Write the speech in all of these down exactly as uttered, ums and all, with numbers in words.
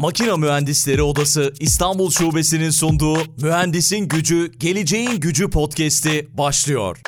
Makine Mühendisleri Odası İstanbul Şubesi'nin sunduğu Mühendisin Gücü, Geleceğin Gücü podcast'i başlıyor.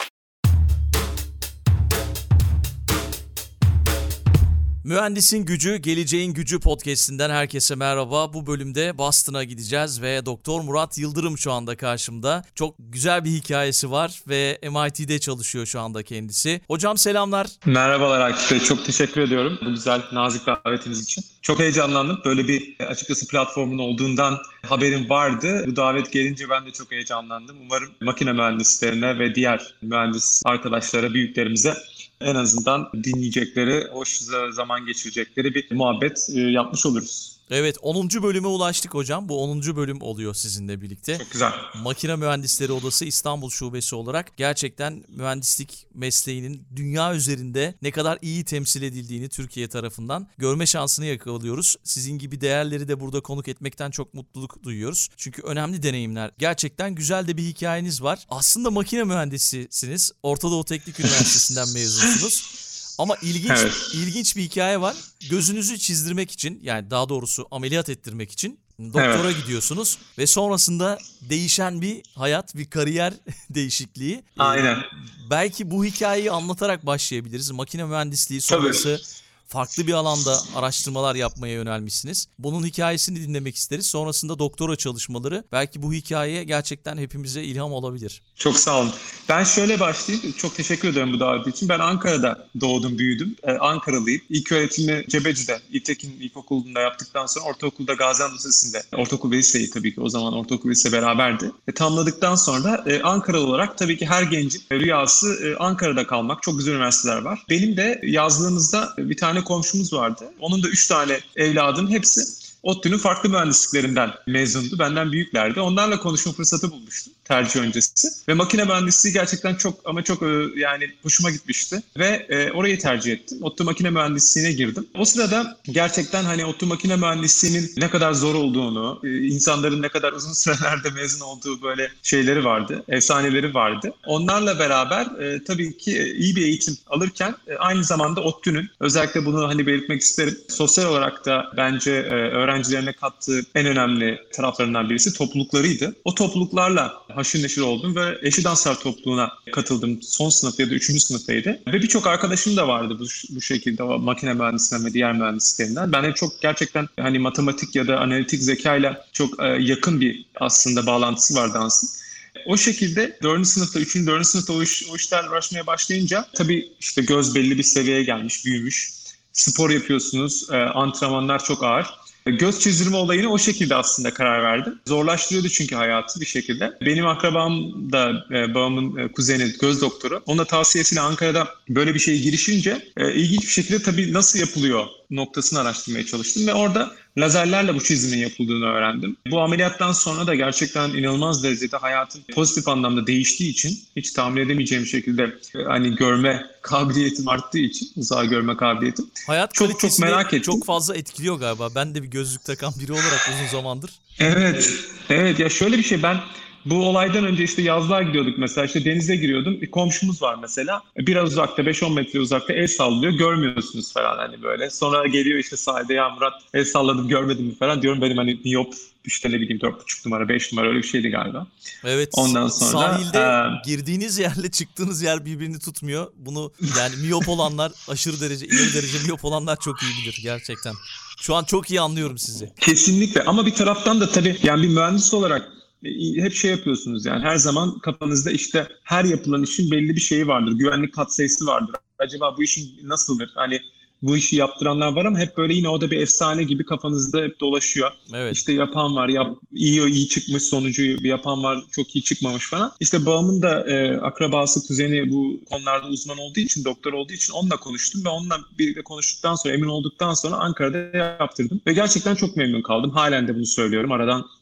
Mühendisin Gücü, Geleceğin Gücü podcast'inden herkese merhaba. Bu bölümde Boston'a gideceğiz ve Doktor Murat Yıldırım şu anda karşımda. Çok güzel bir hikayesi var ve M I T'de çalışıyor şu anda kendisi. Hocam selamlar. Merhabalar Akif Bey, çok teşekkür ediyorum bu güzel, nazik davetiniz için. Çok heyecanlandım. Böyle bir açıkçası platformun olduğundan haberim vardı. Bu davet gelince ben de çok heyecanlandım. Umarım makine mühendislerine ve diğer mühendis arkadaşlara, büyüklerimize en azından dinleyecekleri, hoş zaman geçirecekleri bir muhabbet yapmış oluruz. Evet, onuncu bölüme ulaştık hocam. Bu onuncu bölüm oluyor sizinle birlikte. Çok güzel. Makine Mühendisleri Odası İstanbul Şubesi olarak gerçekten mühendislik mesleğinin dünya üzerinde ne kadar iyi temsil edildiğini Türkiye tarafından görme şansını yakalıyoruz. Sizin gibi değerleri de burada konuk etmekten çok mutluluk duyuyoruz. Çünkü önemli deneyimler. Gerçekten güzel de bir hikayeniz var. Aslında makine mühendisisiniz. Orta Doğu Teknik Üniversitesi'nden mezunsunuz. Ama ilginç evet. ilginç bir hikaye var. Gözünüzü çizdirmek için, yani daha doğrusu ameliyat ettirmek için doktora evet. gidiyorsunuz ve sonrasında değişen bir hayat, bir kariyer değişikliği. Aynen. Ee, belki bu hikayeyi anlatarak başlayabiliriz. Makine mühendisliği sonrası Tabii. farklı bir alanda araştırmalar yapmaya yönelmişsiniz. Bunun hikayesini dinlemek isteriz. Sonrasında doktora çalışmaları. Belki bu hikaye gerçekten hepimize ilham olabilir. Çok sağ olun. Ben şöyle başlayayım. Çok teşekkür ederim bu davet için. Ben Ankara'da doğdum, büyüdüm. Ee, Ankaralıyım. İlk öğretimimi Cebeci'de, İltekin İlkokulu'nda yaptıktan sonra ortaokulda Gaziantep Lisesi'nde. Ortaokul ve liseyi tabii ki o zaman ortaokul ve lise beraberdi. E, tamamladıktan sonra e, Ankaralı olarak tabii ki her gencin rüyası e, Ankara'da kalmak. Çok güzel üniversiteler var. Benim de yazlığımızda bir tane komşumuz vardı. Onun da üç tane evladının hepsi ODTÜ'nün farklı mühendisliklerinden mezundu. Benden büyüklerdi. Onlarla konuşma fırsatı bulmuştum tercih öncesi. Ve makine mühendisliği gerçekten çok ama çok yani hoşuma gitmişti. Ve e, orayı tercih ettim. ODTÜ makine mühendisliğine girdim. O sırada gerçekten hani ODTÜ makine mühendisliğinin ne kadar zor olduğunu, e, insanların ne kadar uzun sürelerde mezun olduğu böyle şeyleri vardı, efsaneleri vardı. Onlarla beraber e, tabii ki e, iyi bir eğitim alırken e, aynı zamanda ODTÜ'nün, özellikle bunu hani belirtmek isterim, sosyal olarak da bence e, öğrencilerine kattığı en önemli taraflarından birisi topluluklarıydı. O topluluklarla haşır neşir oldum ve Eşi Danslar topluluğuna katıldım. Son sınıfta ya da üçüncü sınıftaydı. Ve birçok arkadaşım da vardı bu, bu şekilde makine mühendisliğinden ve diğer mühendisliklerinden. Ben de çok gerçekten hani matematik ya da analitik zekayla çok yakın bir aslında bağlantısı var dansın. O şekilde dördüncü sınıfta, üçüncü, dördüncü sınıfta o, iş, o işlerle uğraşmaya başlayınca tabii işte göz belli bir seviyeye gelmiş, büyümüş. Spor yapıyorsunuz, antrenmanlar çok ağır. Göz çizdirme olayını o şekilde aslında karar verdim. Zorlaştırıyordu çünkü hayatı bir şekilde. Benim akrabam da e, babamın e, kuzeni göz doktoru. Onun da tavsiyesiyle Ankara'da böyle bir şeye girişince e, ilginç bir şekilde tabii nasıl yapılıyor noktasını araştırmaya çalıştım ve orada lazerlerle bu çizimin yapıldığını öğrendim. Bu ameliyattan sonra da gerçekten inanılmaz derecede hayatım pozitif anlamda değiştiği için, hiç tahmin edemeyeceğim şekilde e, hani görme kabiliyetim arttığı için, uzağa görme kabiliyetim. Hayat çok çok merak ettim. Çok fazla etkiliyor galiba. Ben de bir gözlük takan biri olarak uzun zamandır. Evet, evet ya şöyle bir şey, ben bu olaydan önce işte yazlığa gidiyorduk mesela, işte denize giriyordum. Bir komşumuz var mesela, biraz uzakta, beş on metre uzakta el sallıyor, görmüyorsunuz falan hani böyle. Sonra geliyor işte sahilde, ya Murat el salladım görmedin mi falan diyorum, benim hani miyop işte ne bileyim dört buçuk numara, beş numara öyle bir şeydi galiba. Evet. Ondan sonra sahilde e... girdiğiniz yerle çıktığınız yer birbirini tutmuyor. Bunu yani miyop olanlar, aşırı derece, ileri derece miyop olanlar çok iyi bilir gerçekten. Şu an çok iyi anlıyorum sizi. Kesinlikle, ama bir taraftan da tabii yani bir mühendis olarak hep şey yapıyorsunuz yani, her zaman kafanızda işte her yapılan işin belli bir şeyi vardır. Güvenlik katsayısı vardır. Acaba bu işin nasıldır? Hani bu işi yaptıranlar var ama hep böyle yine o da bir efsane gibi kafanızda hep dolaşıyor. Evet. İşte yapan var, yap, iyi iyi çıkmış, sonucu yapan var, çok iyi çıkmamış falan. İşte babamın da e, akrabası, kuzeni bu konularda uzman olduğu için, doktor olduğu için onunla konuştum ve onunla birlikte konuştuktan sonra, emin olduktan sonra Ankara'da yaptırdım. Ve gerçekten çok memnun kaldım. Halen de bunu söylüyorum. Aradan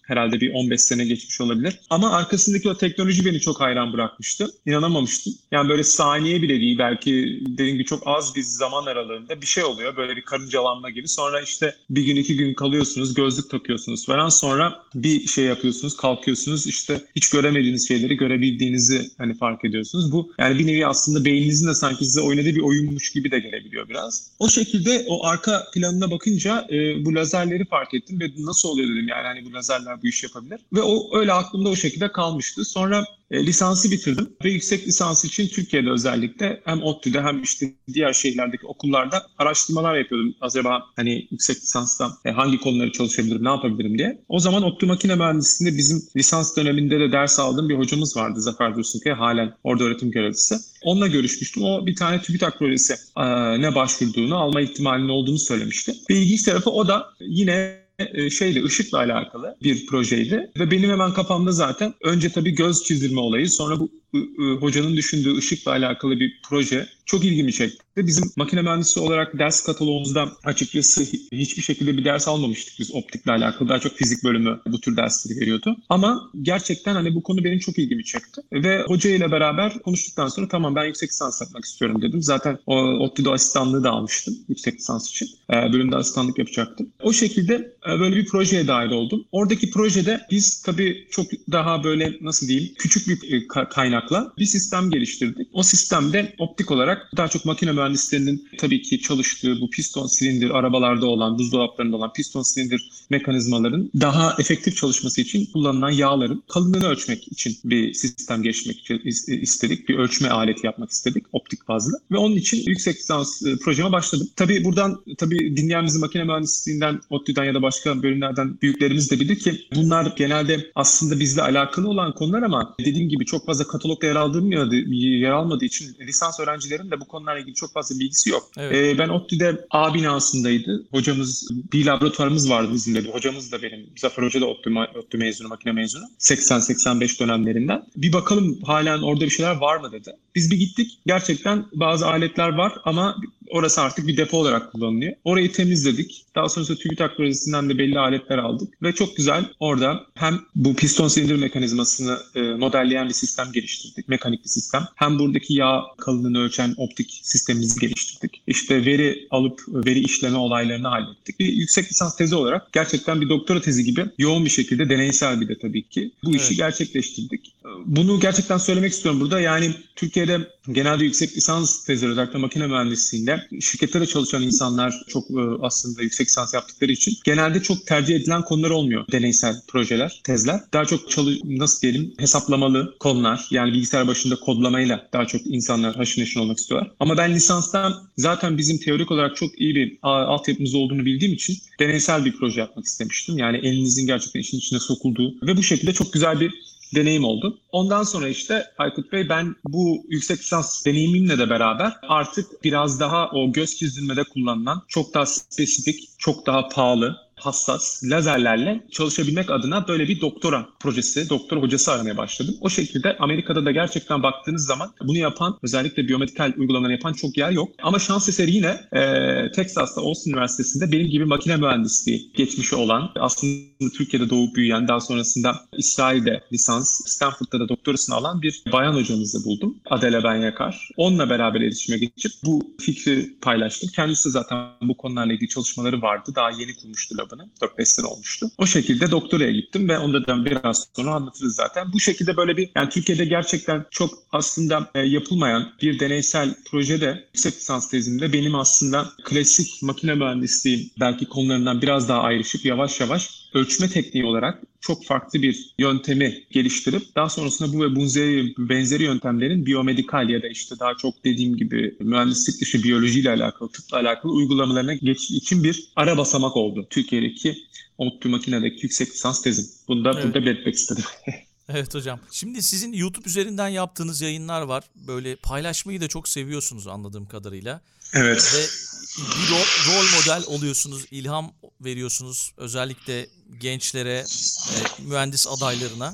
Herhalde bir on beş sene geçmiş olabilir. Ama arkasındaki o teknoloji beni çok hayran bırakmıştı. İnanamamıştım. Yani böyle saniye bile değil, belki dediğim gibi çok az bir zaman aralığında bir şey oluyor. Böyle bir karıncalanma gibi. Sonra işte bir gün iki gün kalıyorsunuz, gözlük takıyorsunuz falan. Sonra bir şey yapıyorsunuz, kalkıyorsunuz. İşte hiç göremediğiniz şeyleri görebildiğinizi hani fark ediyorsunuz. Bu yani bir nevi aslında beyninizin de sanki size oynadığı bir oyunmuş gibi de gelebiliyor biraz. O şekilde o arka planına bakınca e, bu lazerleri fark ettim ve nasıl oluyor dedim, yani hani bu lazerler bu iş yapabilir. Ve o öyle aklımda o şekilde kalmıştı. Sonra e, lisansı bitirdim ve yüksek lisans için Türkiye'de özellikle hem ODTÜ'de hem işte diğer şehirlerdeki okullarda araştırmalar yapıyordum. Acaba hani yüksek lisansta e, hangi konuları çalışabilirim, ne yapabilirim diye. O zaman ODTÜ Makine Mühendisliği'nde bizim lisans döneminde de ders aldığım bir hocamız vardı, Zafer Dursunkaya, halen orada öğretim görevlisi. Onunla görüşmüştüm. O bir tane TÜBİTAK projesi e, ne başvurduğunu, alma ihtimalinin olduğunu söylemişti. Ve ilginç tarafı o da yine şeyle, ışıkla alakalı bir projeydi ve benim hemen kafamda zaten önce tabii göz çizdirme olayı, sonra bu hocanın düşündüğü ışıkla alakalı bir proje çok ilgimi çekti. Bizim makine mühendisi olarak ders kataloğumuzda açıkçası hiçbir şekilde bir ders almamıştık biz optikle alakalı. Daha çok fizik bölümü bu tür dersleri veriyordu. Ama gerçekten hani bu konu benim çok ilgimi çekti. Ve hoca ile beraber konuştuktan sonra tamam, ben yüksek lisans yapmak istiyorum dedim. Zaten o ODTÜ'de asistanlığı da almıştım yüksek lisans için. Bölümde asistanlık yapacaktım. O şekilde böyle bir projeye dahil oldum. Oradaki projede biz tabii çok daha böyle nasıl diyeyim, küçük bir kaynakla bir sistem geliştirdik. O sistemde optik olarak daha çok makine mühendislerinin tabii ki çalıştığı bu piston silindir, arabalarda olan, buzdolaplarında olan piston silindir mekanizmaların daha efektif çalışması için kullanılan yağların kalınlığını ölçmek için bir sistem geliştirmek istedik. Bir ölçme aleti yapmak istedik optik bazlı ve onun için yüksek lisans projeme başladım. Tabii buradan tabii dinleyen bizim makine mühendisliğinden, ODTÜ'den ya da başka bölümlerden büyüklerimiz de bilir ki bunlar genelde aslında bizle alakalı olan konular ama dediğim gibi çok fazla katalogda yer aldırmıyor, yer almadığı için lisans öğrencilerin de bu konularla ilgili çok fazla bilgisi yok. Evet. Ee, ben ODTÜ'de A binasındaydı. Hocamız, bir laboratuvarımız vardı bizimle. Bir hocamız da benim, Zafer Hoca da ODTÜ, ODTÜ mezunu, makine mezunu. seksen seksen beş dönemlerinden. Bir bakalım halen orada bir şeyler var mı dedi. Biz bir gittik. Gerçekten bazı aletler var ama orası artık bir depo olarak kullanılıyor. Orayı temizledik. Daha sonrasında TÜBİTAK projesinden de belli aletler aldık. Ve çok güzel orada hem bu piston silindir mekanizmasını e, modelleyen bir sistem geliştirdik. Mekanik bir sistem. Hem buradaki yağ kalınlığını ölçen optik sistemimizi geliştirdik. İşte veri alıp veri işleme olaylarını hallettik. Bir yüksek lisans tezi olarak gerçekten bir doktora tezi gibi yoğun bir şekilde, deneysel bir de tabii ki bu işi evet. gerçekleştirdik. Bunu gerçekten söylemek istiyorum burada. Yani Türkiye'de genelde yüksek lisans tezleri, özellikle makine mühendisliğinde şirketlere çalışan insanlar çok aslında yüksek lisans yaptıkları için genelde çok tercih edilen konular olmuyor deneysel projeler, tezler. Daha çok çalış, nasıl diyelim, hesaplamalı konular, yani bilgisayar başında kodlamayla daha çok insanlar haşır neşir olmak istiyorlar. Ama ben lisanstan zaten bizim teorik olarak çok iyi bir altyapımız olduğunu bildiğim için deneysel bir proje yapmak istemiştim. Yani elinizin gerçekten işin içine sokulduğu ve bu şekilde çok güzel bir deneyim oldu. Ondan sonra işte Aykut Bey, ben bu yüksek lisans deneyimimle de beraber artık biraz daha o göz çizdirmede kullanılan çok daha spesifik, çok daha pahalı, hassas lazerlerle çalışabilmek adına böyle bir doktora projesi, doktora hocası aramaya başladım. O şekilde Amerika'da da gerçekten baktığınız zaman bunu yapan, özellikle biyomedikal uygulamaları yapan çok yer yok. Ama şans eseri yine e, Texas'ta Austin Üniversitesi'nde benim gibi makine mühendisliği geçmişi olan, aslında Türkiye'de doğup büyüyen, daha sonrasında İsrail'de lisans, Stanford'da da doktorasını alan bir bayan hocamızı buldum. Adele Ben Yakar. Onunla beraber iletişime geçip bu fikri paylaştım. Kendisi de zaten bu konularla ilgili çalışmaları vardı. Daha yeni kurmuştu labını. dört beş sene olmuştu. O şekilde doktoraya gittim ve ondan biraz sonra anlatırız zaten. Bu şekilde böyle bir, yani Türkiye'de gerçekten çok aslında e, yapılmayan bir deneysel projede yüksek lisans tezimde benim aslında klasik makine mühendisliği belki konularından biraz daha ayrışıp yavaş yavaş ölçme tekniği olarak çok farklı bir yöntemi geliştirip daha sonrasında bu ve benzeri, benzeri yöntemlerin biyomedikal ya da işte daha çok dediğim gibi mühendislik dışı biyolojiyle alakalı, tıpla alakalı uygulamalarına geçiş için bir ara basamak oldu Türkiye'deki ODTÜ Makine'deki yüksek lisans tezim. Bunu da evet. burada belirtmek istedim. Evet hocam. Şimdi sizin YouTube üzerinden yaptığınız yayınlar var. Böyle paylaşmayı da çok seviyorsunuz anladığım kadarıyla. Evet. Ve bir rol, rol model oluyorsunuz, ilham veriyorsunuz özellikle gençlere, e, mühendis adaylarına.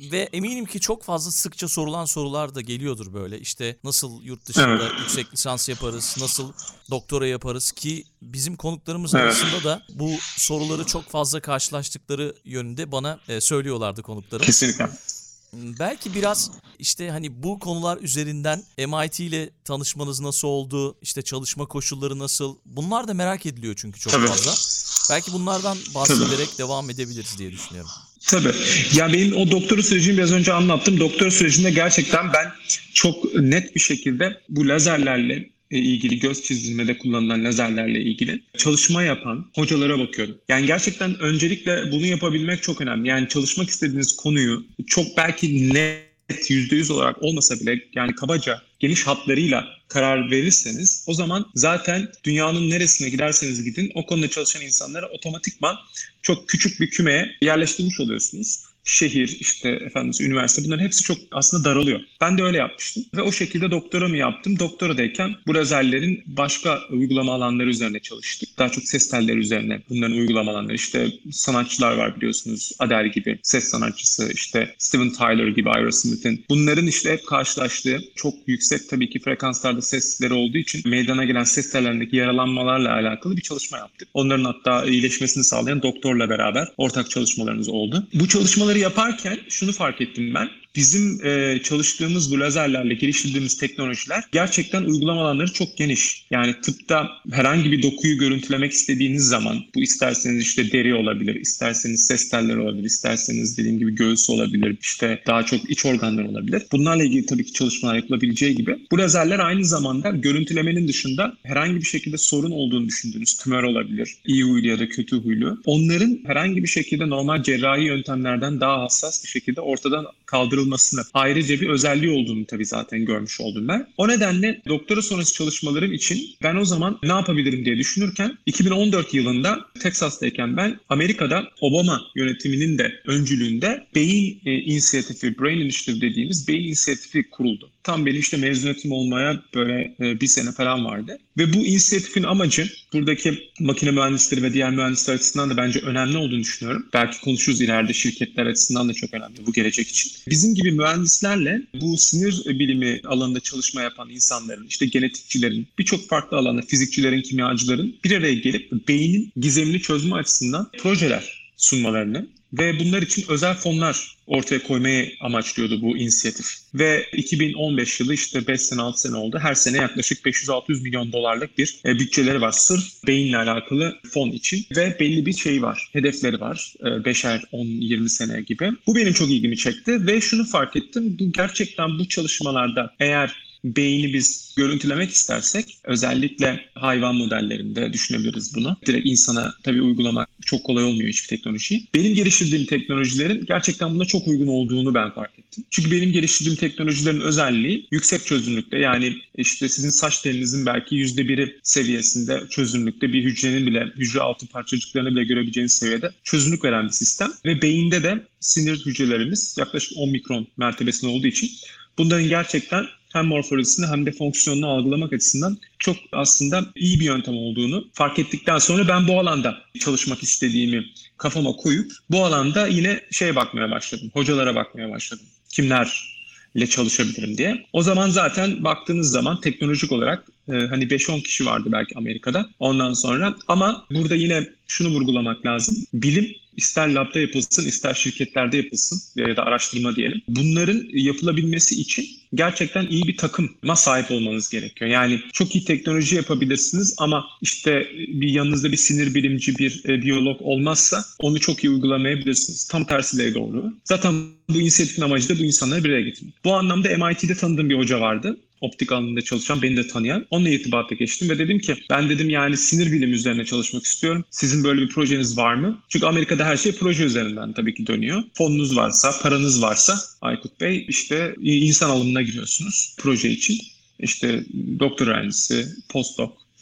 Ve eminim ki çok fazla sıkça sorulan sorular da geliyordur böyle. İşte nasıl yurt dışında Evet. yüksek lisans yaparız, nasıl doktora yaparız ki bizim konuklarımız Evet. arasında da bu soruları çok fazla karşılaştıkları yönünde bana e, söylüyorlardı konuklarım. Kesinlikle. Belki biraz işte hani bu konular üzerinden M I T ile tanışmanız nasıl oldu, işte çalışma koşulları nasıl, bunlar da merak ediliyor çünkü çok Tabii. fazla. Belki bunlardan bahsederek devam edebiliriz diye düşünüyorum. Tabii. Ya benim o doktora sürecini biraz önce anlattım. Doktora sürecinde gerçekten ben çok net bir şekilde bu lazerlerle ilgili, göz çizilmede kullanılan lazerlerle ilgili çalışma yapan hocalara bakıyorum. Yani gerçekten öncelikle bunu yapabilmek çok önemli. Yani çalışmak istediğiniz konuyu çok belki net yüzde yüz olarak olmasa bile yani kabaca geniş hatlarıyla karar verirseniz o zaman zaten dünyanın neresine giderseniz gidin o konuda çalışan insanlara otomatikman çok küçük bir kümeye yerleştirmiş oluyorsunuz. Şehir, işte efendim üniversite, bunların hepsi çok aslında daralıyor. Ben de öyle yapmıştım ve o şekilde doktoramı yaptım. Doktoradayken bu lazerlerin başka uygulama alanları üzerine çalıştık. Daha çok ses telleri üzerine bunların uygulama alanları. İşte sanatçılar var biliyorsunuz, Adele gibi ses sanatçısı, işte Steven Tyler gibi Aerosmith'in. Bunların işte hep karşılaştığı çok yüksek tabii ki frekanslarda sesleri olduğu için meydana gelen ses tellerindeki yaralanmalarla alakalı bir çalışma yaptık. Onların hatta iyileşmesini sağlayan doktorla beraber ortak çalışmalarımız oldu. Bu çalışmaları yaparken şunu fark ettim ben. Bizim e, çalıştığımız bu lazerlerle geliştirdiğimiz teknolojiler gerçekten uygulama alanları çok geniş. Yani tıpta herhangi bir dokuyu görüntülemek istediğiniz zaman bu isterseniz işte deri olabilir, isterseniz ses telleri olabilir, isterseniz dediğim gibi göğüs olabilir, işte daha çok iç organlar olabilir. Bunlarla ilgili tabii ki çalışmalar yapılabileceği gibi bu lazerler aynı zamanda görüntülemenin dışında herhangi bir şekilde sorun olduğunu düşündüğünüz tümör olabilir, iyi huylu ya da kötü huylu. Onların herhangi bir şekilde normal cerrahi yöntemlerden daha hassas bir şekilde ortadan kaldırılmasını ayrıca bir özelliği olduğunu tabii zaten görmüş oldum ben. O nedenle doktora sonrası çalışmalarım için ben o zaman ne yapabilirim diye düşünürken iki bin on dört yılında Texas'tayken ben Amerika'da Obama yönetiminin de öncülüğünde beyin e, inisiyatifi, Brain Initiative dediğimiz beyin inisiyatifi kuruldu. Tam benim işte mezuniyetim olmaya böyle e, bir sene falan vardı. Ve bu inisiyatifin amacı buradaki makine mühendisleri ve diğer mühendisler açısından da bence önemli olduğunu düşünüyorum. Belki konuşuruz ileride, şirketler açısından da çok önemli bu gelecek için. Bizim gibi mühendislerle bu sinir bilimi alanında çalışma yapan insanların, işte genetikçilerin, birçok farklı alanda fizikçilerin, kimyacıların bir araya gelip beynin gizemini çözme açısından projeler sunmalarını ve bunlar için özel fonlar ortaya koymayı amaçlıyordu bu inisiyatif. Ve iki bin on beş yılı işte beş sene altı sene oldu. Her sene yaklaşık beş yüz altı yüz milyon dolarlık bir e, bütçeleri var sırf beyinle alakalı fon için. Ve belli bir şey var, hedefleri var. E, beşer, on, yirmi sene gibi. Bu benim çok ilgimi çekti ve şunu fark ettim. Bu, gerçekten bu çalışmalarda eğer beyni biz görüntülemek istersek özellikle hayvan modellerinde düşünebiliriz bunu. Direkt insana tabii uygulamak çok kolay olmuyor hiçbir teknolojiyi. Benim geliştirdiğim teknolojilerin gerçekten buna çok uygun olduğunu ben fark ettim. Çünkü benim geliştirdiğim teknolojilerin özelliği yüksek çözünürlükte, yani işte sizin saç telinizin belki yüzde biri seviyesinde çözünürlükte bir hücrenin bile, hücre altı parçacıklarını bile görebileceğiniz seviyede çözünürlük veren bir sistem. Ve beyinde de sinir hücrelerimiz yaklaşık on mikron mertebesinde olduğu için bunların gerçekten hem morfolojisini hem de fonksiyonunu algılamak açısından çok aslında iyi bir yöntem olduğunu fark ettikten sonra ben bu alanda çalışmak istediğimi kafama koyup bu alanda yine şeye bakmaya başladım. Hocalara bakmaya başladım. Kimlerle çalışabilirim diye. O zaman zaten baktığınız zaman teknolojik olarak e, hani beş on kişi vardı belki Amerika'da. Ondan sonra ama burada yine şunu vurgulamak lazım. Bilim ister labda yapılsın, ister şirketlerde yapılsın ya da araştırma diyelim. Bunların yapılabilmesi için gerçekten iyi bir takıma sahip olmanız gerekiyor. Yani çok iyi teknoloji yapabilirsiniz ama işte bir yanınızda bir sinir bilimci, bir e, biyolog olmazsa onu çok iyi uygulamayabilirsiniz. Tam tersi de doğru. Zaten bu inisiyatifin amacı da bu insanları bir araya getirmek. Bu anlamda M I T'de tanıdığım bir hoca vardı. Optik alanında çalışan, beni de tanıyan. Onunla irtibata geçtim ve dedim ki ben dedim yani sinir bilimi üzerine çalışmak istiyorum. Sizin böyle bir projeniz var mı? Çünkü Amerika'da her şey proje üzerinden tabii ki dönüyor. Fonunuz varsa, paranız varsa Aykut Bey işte insan alımına giriyorsunuz proje için. İşte doktor öğrencisi, postdoc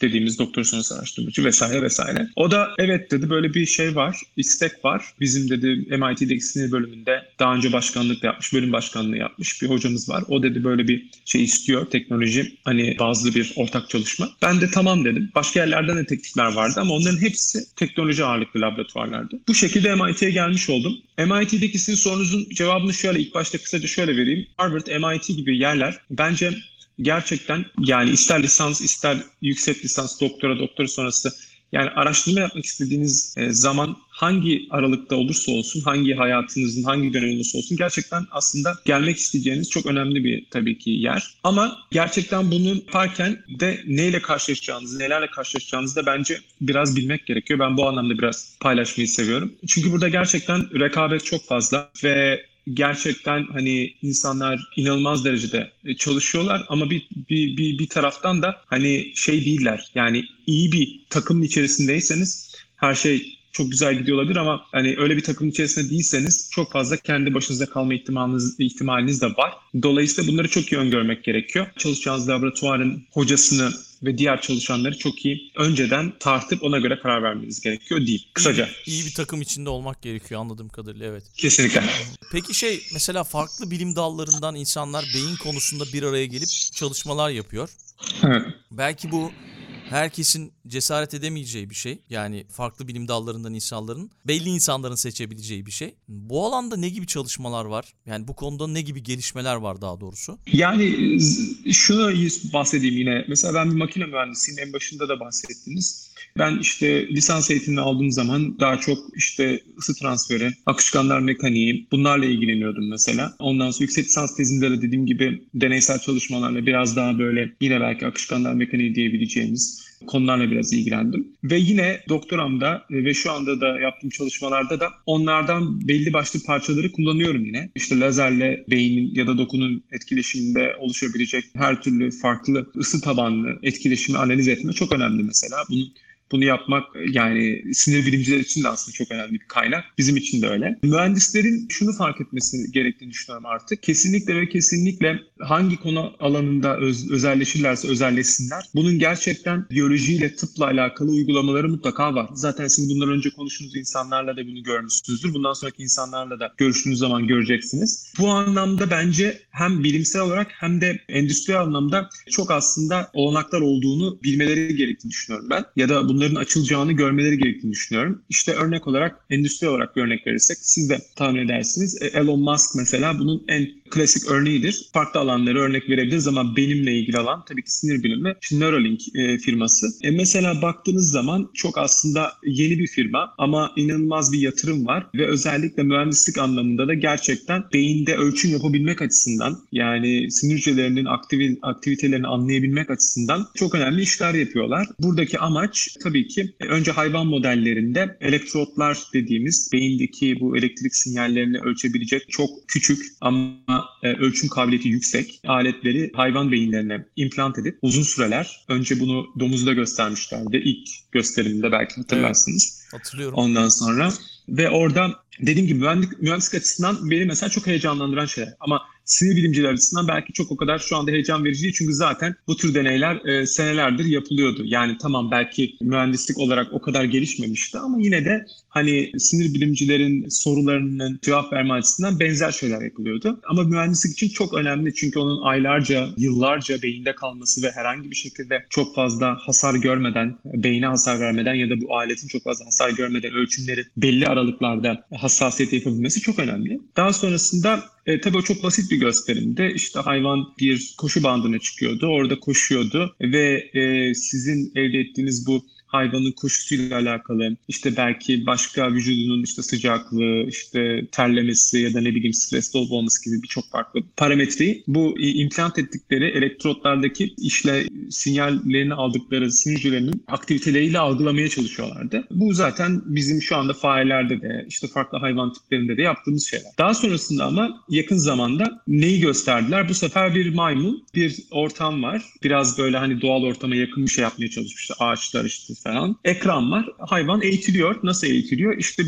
dediğimiz doktor sonrası araştırmacı vesaire vesaire. O da evet dedi, böyle bir şey var, istek var. Bizim dedi M I T'deki sinir bölümünde daha önce başkanlık da yapmış, bölüm başkanlığı yapmış bir hocamız var. O dedi böyle bir şey istiyor, teknoloji hani bazlı bir ortak çalışma. Ben de tamam dedim. Başka yerlerden de teklifler vardı ama onların hepsi teknoloji ağırlıklı laboratuvarlardı. Bu şekilde M I T'ye gelmiş oldum. M I T'deki sizin sorunuzun cevabını şöyle ilk başta kısaca şöyle vereyim. Harvard, M I T gibi yerler bence gerçekten yani ister lisans ister yüksek lisans, doktora, doktora sonrası yani araştırma yapmak istediğiniz zaman hangi aralıkta olursa olsun, hangi hayatınızın hangi dönemi olursa olsun gerçekten aslında gelmek isteyeceğiniz çok önemli bir tabii ki yer. Ama gerçekten bunu yaparken de neyle karşılaşacağınızı, nelerle karşılaşacağınızı da bence biraz bilmek gerekiyor. Ben bu anlamda biraz paylaşmayı seviyorum. Çünkü burada gerçekten rekabet çok fazla ve gerçekten hani insanlar inanılmaz derecede çalışıyorlar ama bir bir bir, bir taraftan da hani şey değiller. Yani iyi bir takımın içerisindeyseniz her şey çok güzel gidiyor olabilir ama hani öyle bir takımın içerisinde değilseniz çok fazla kendi başınıza kalma ihtimaliniz, ihtimaliniz de var. Dolayısıyla bunları çok iyi öngörmek gerekiyor. Çalışacağınız laboratuvarın hocasını ve diğer çalışanları çok iyi önceden tartıp ona göre karar vermeniz gerekiyor diyeyim. Kısaca. İyi, iyi bir takım içinde olmak gerekiyor anladığım kadarıyla, evet. Kesinlikle. Peki şey mesela farklı bilim dallarından insanlar beyin konusunda bir araya gelip çalışmalar yapıyor. Evet. Belki bu herkesin cesaret edemeyeceği bir şey. Yani farklı bilim dallarından insanların, belli insanların seçebileceği bir şey. Bu alanda ne gibi çalışmalar var? Yani bu konuda ne gibi gelişmeler var daha doğrusu? Yani şunu bahsedeyim yine. Mesela ben bir makine mühendisiyim. En başında da bahsettiniz. Ben işte lisans eğitimini aldığım zaman daha çok işte ısı transferi, akışkanlar mekaniği bunlarla ilgileniyordum mesela. Ondan sonra yüksek lisans tezimde de dediğim gibi deneysel çalışmalarla biraz daha böyle yine belki akışkanlar mekaniği diyebileceğimiz konularla biraz ilgilendim. Ve yine doktoramda ve şu anda da yaptığım çalışmalarda da onlardan belli başlı parçaları kullanıyorum yine. İşte lazerle beynin ya da dokunun etkileşiminde oluşabilecek her türlü farklı ısı tabanlı etkileşimi analiz etme çok önemli mesela. Bunun Bunu yapmak yani sinir bilimciler için de aslında çok önemli bir kaynak. Bizim için de öyle. Mühendislerin şunu fark etmesi gerektiğini düşünüyorum artık. Kesinlikle ve kesinlikle hangi konu alanında öz, özelleşirlerse özelleşsinler. Bunun gerçekten biyolojiyle, tıpla alakalı uygulamaları mutlaka var. Zaten siz bundan önce konuştuğunuz insanlarla da bunu görmüşsünüzdür. Bundan sonraki insanlarla da görüştüğünüz zaman göreceksiniz. Bu anlamda bence hem bilimsel olarak hem de endüstriyel anlamda çok aslında olanaklar olduğunu bilmeleri gerektiğini düşünüyorum ben. Ya da bunu bunların açılacağını görmeleri gerektiğini düşünüyorum. İşte örnek olarak, endüstri olarak bir örnek verirsek siz de tahmin edersiniz. Elon Musk mesela bunun en klasik örneğidir. Farklı alanlara örnek verebiliriz ama benimle ilgili alan tabii ki sinir bilimi. Şimdi Neuralink e, firması. E, mesela baktığınız zaman çok aslında yeni bir firma ama inanılmaz bir yatırım var ve özellikle mühendislik anlamında da gerçekten beyinde ölçüm yapabilmek açısından yani sinir hücrelerinin aktivi, aktivitelerini anlayabilmek açısından çok önemli işler yapıyorlar. Buradaki amaç tabii ki önce hayvan modellerinde elektrotlar dediğimiz beyindeki bu elektrik sinyallerini ölçebilecek çok küçük ama e, ölçüm kabiliyeti yüksek aletleri hayvan beyinlerine implant edip uzun süreler önce bunu domuzda göstermişlerdi. İlk gösterimde belki hatırlarsınız. Evet, hatırlıyorum. Ondan sonra ve orada dediğim gibi mühendislik, mühendislik açısından beni mesela çok heyecanlandıran şeyler ama sinir bilimciler açısından belki çok o kadar şu anda heyecan verici değil. Çünkü zaten bu tür deneyler e, senelerdir yapılıyordu. Yani tamam belki mühendislik olarak o kadar gelişmemişti ama yine de hani sinir bilimcilerin sorularının cevap verme açısından benzer şeyler yapılıyordu. Ama mühendislik için çok önemli çünkü onun aylarca, yıllarca beyinde kalması ve herhangi bir şekilde çok fazla hasar görmeden, beyne hasar vermeden ya da bu aletin çok fazla hasar görmeden ölçümleri belli aralıklarda hassasiyet yapabilmesi çok önemli. Daha sonrasında E, tabii o çok basit bir gösterimde. İşte hayvan bir koşu bandına çıkıyordu. Orada koşuyordu ve e, sizin elde ettiğiniz bu hayvanın koşusuyla alakalı işte belki başka vücudunun işte sıcaklığı, işte terlemesi ya da ne bileyim stresli olup olması gibi birçok farklı parametreyi bu implant ettikleri elektrotlardaki işle sinyallerini aldıkları sinir hücrelerinin aktiviteleriyle algılamaya çalışıyorlardı. Bu zaten bizim şu anda farelerde de işte farklı hayvan tiplerinde de yaptığımız şeyler. Daha sonrasında ama yakın zamanda neyi gösterdiler? Bu sefer bir maymun, bir ortam var. Biraz böyle hani doğal ortama yakın bir şey yapmaya çalışmışlar. Ağaçlar işte falan. Ekran var. Hayvan eğitiliyor. Nasıl eğitiliyor? İşte bir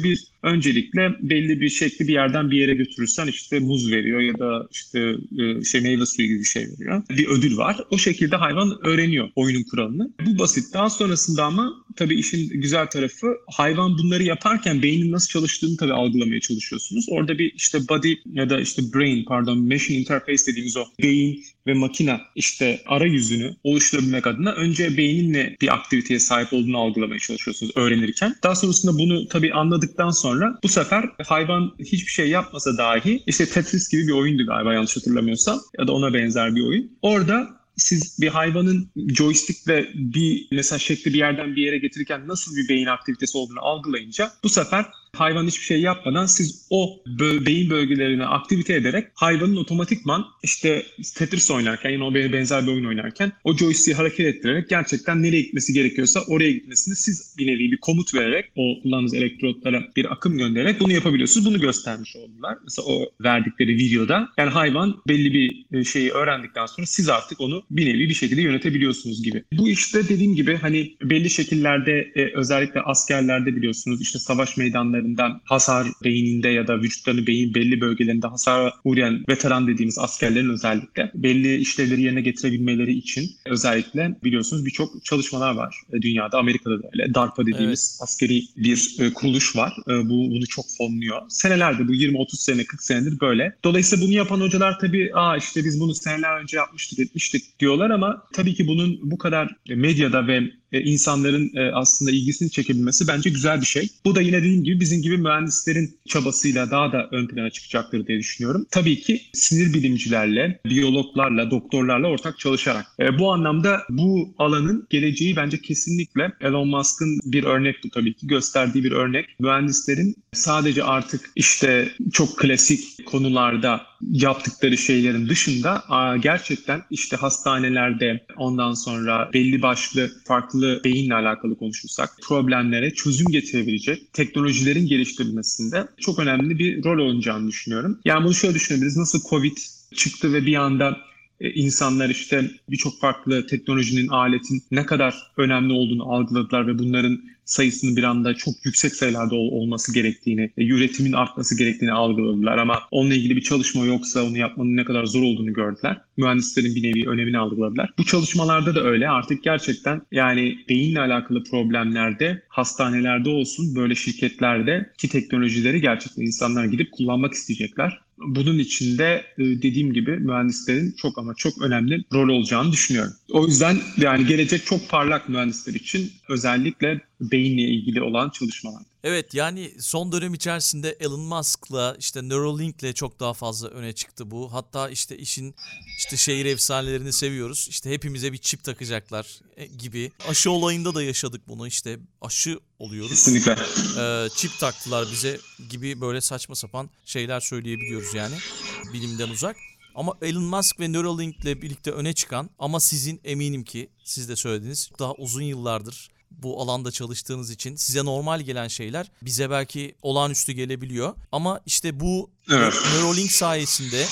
öncelikle belli bir şekli bir yerden bir yere götürürsen işte muz veriyor ya da işte e, şey meyve suyu gibi bir şey veriyor. Bir ödül var. O şekilde hayvan öğreniyor oyunun kuralını. Bu basit. Daha sonrasında ama tabii işin güzel tarafı, hayvan bunları yaparken beynin nasıl çalıştığını tabii algılamaya çalışıyorsunuz. Orada bir işte body ya da işte brain pardon machine interface dediğimiz o beyin ve makine işte arayüzünü oluşturabilmek adına önce beyninle bir aktiviteye sahip olduğunu algılamaya çalışıyorsunuz öğrenirken. Daha sonrasında bunu tabii anladıktan sonra bu sefer hayvan hiçbir şey yapmasa dahi işte Tetris gibi bir oyundu galiba yanlış hatırlamıyorsam ya da ona benzer bir oyun. Orada siz bir hayvanın joystickle bir mesela şekli bir yerden bir yere getirirken nasıl bir beyin aktivitesi olduğunu algılayınca bu sefer hayvan hiçbir şey yapmadan siz o bö- beyin bölgelerini aktivite ederek hayvanın otomatikman işte Tetris oynarken yine o benzer bir oyun oynarken o joystick'i hareket ettirerek gerçekten nereye gitmesi gerekiyorsa oraya gitmesini siz bir nevi bir komut vererek o kullandığınız elektrotlara bir akım göndererek bunu yapabiliyorsunuz. Bunu göstermiş oldular. Mesela o verdikleri videoda yani hayvan belli bir şeyi öğrendikten sonra siz artık onu bir nevi bir şekilde yönetebiliyorsunuz gibi. Bu işte dediğim gibi hani belli şekillerde e, özellikle askerlerde biliyorsunuz işte savaş meydanları hasar beyninde ya da vücutlarının beyin belli bölgelerinde hasara uğrayan veteran dediğimiz askerlerin özellikle belli işlevleri yerine getirebilmeleri için özellikle biliyorsunuz birçok çalışmalar var dünyada. Amerika'da da öyle. DARPA dediğimiz evet. askeri bir e, kuruluş var. E, bu bunu çok fonluyor. Senelerde bu yirmi otuz sene kırk senedir böyle. Dolayısıyla bunu yapan hocalar tabii aa işte biz bunu seneler önce yapmıştık etmiştik diyorlar ama tabii ki bunun bu kadar medyada ve insanların aslında ilgisini çekebilmesi bence güzel bir şey. Bu da yine dediğim gibi bizim gibi mühendislerin çabasıyla daha da ön plana çıkacaktır diye düşünüyorum. Tabii ki sinir bilimcilerle, biyologlarla, doktorlarla ortak çalışarak. Bu anlamda bu alanın geleceği bence kesinlikle Elon Musk'ın bir örnek bu tabii ki gösterdiği bir örnek. Mühendislerin sadece artık işte çok klasik konularda yaptıkları şeylerin dışında gerçekten işte hastanelerde ondan sonra belli başlı farklı beyinle alakalı konuşursak problemlere çözüm getirebilecek teknolojilerin geliştirilmesinde çok önemli bir rol oynayacağını düşünüyorum. Yani bunu şöyle düşünebiliriz. Nasıl Covid çıktı ve bir anda insanlar işte birçok farklı teknolojinin, aletin ne kadar önemli olduğunu algıladılar ve bunların sayısının bir anda çok yüksek sayılarda ol- olması gerektiğini, üretimin artması gerektiğini algıladılar ama onunla ilgili bir çalışma yoksa onu yapmanın ne kadar zor olduğunu gördüler. Mühendislerin bir nevi önemini algıladılar. Bu çalışmalarda da öyle. Artık gerçekten yani beyinle alakalı problemlerde, hastanelerde olsun böyle şirketlerde ki teknolojileri gerçekten insanlar gidip kullanmak isteyecekler. Bunun içinde dediğim gibi mühendislerin çok ama çok önemli rol olacağını düşünüyorum. O yüzden yani gelecek çok parlak mühendisler için özellikle beyinle ilgili olan çalışmalar. Evet yani son dönem içerisinde Elon Musk'la işte Neuralink'le çok daha fazla öne çıktı bu. Hatta işte işin işte şehir efsanelerini seviyoruz. İşte hepimize bir çip takacaklar gibi. Aşı olayında da yaşadık bunu işte aşı oluyoruz. Kesinlikle. Ee, çip taktılar bize gibi böyle saçma sapan şeyler söyleyebiliyoruz yani bilimden uzak. Ama Elon Musk ve Neuralink'le birlikte öne çıkan ama sizin eminim ki siz de söylediniz daha uzun yıllardır bu alanda çalıştığınız için size normal gelen şeyler bize belki olağanüstü gelebiliyor. Ama işte bu evet. Neuralink sayesinde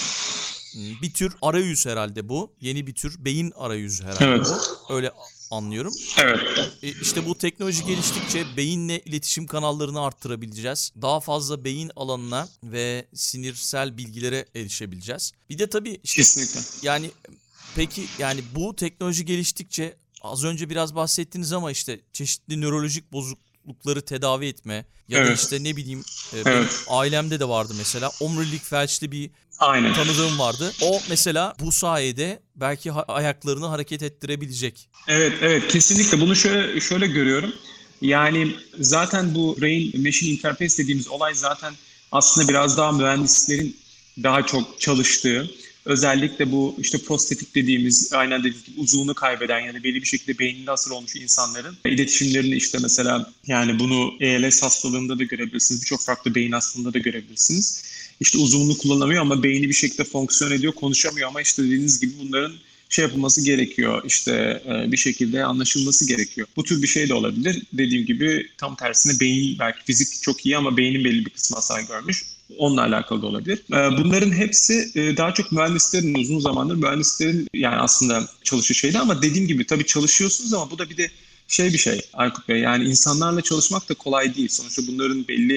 bir tür arayüz herhalde bu. Yeni bir tür beyin arayüzü herhalde evet. bu. Öyle anlıyorum. Evet. E işte bu teknoloji geliştikçe beyinle iletişim kanallarını arttırabileceğiz. Daha fazla beyin alanına ve sinirsel bilgilere erişebileceğiz. Bir de tabii işte kesinlikle. Yani peki yani bu teknoloji geliştikçe az önce biraz bahsettiniz ama işte çeşitli nörolojik bozuklukları tedavi etme ya evet. da işte ne bileyim e, benim evet. ailemde de vardı mesela omurilik felçli bir Aynen. tanıdığım vardı. O mesela bu sayede belki ha- ayaklarını hareket ettirebilecek. Evet evet kesinlikle bunu şöyle şöyle görüyorum. Yani zaten bu brain machine interface dediğimiz olay zaten aslında biraz daha mühendislerin daha çok çalıştığı, özellikle bu işte prostetik dediğimiz aynen dediğimiz gibi uzuvunu kaybeden yani belli bir şekilde beyninde hasar olmuş insanların iletişimlerini işte mesela yani bunu A L S hastalığında da görebilirsiniz. Birçok farklı beyin hastalığında da görebilirsiniz. İşte uzuvunu kullanamıyor ama beyni bir şekilde fonksiyon ediyor, konuşamıyor ama işte dediğiniz gibi bunların şey yapılması gerekiyor, işte bir şekilde anlaşılması gerekiyor. Bu tür bir şey de olabilir. Dediğim gibi tam tersine beyin belki fizik çok iyi ama beynin belli bir kısmı hasar görmüş. Onunla alakalı da olabilir. Bunların hepsi daha çok mühendislerin uzun zamandır mühendislerin yani aslında çalıştığı şeydi ama dediğim gibi tabii çalışıyorsunuz ama bu da bir de şey bir şey Aykut Bey yani insanlarla çalışmak da kolay değil. Sonuçta bunların belli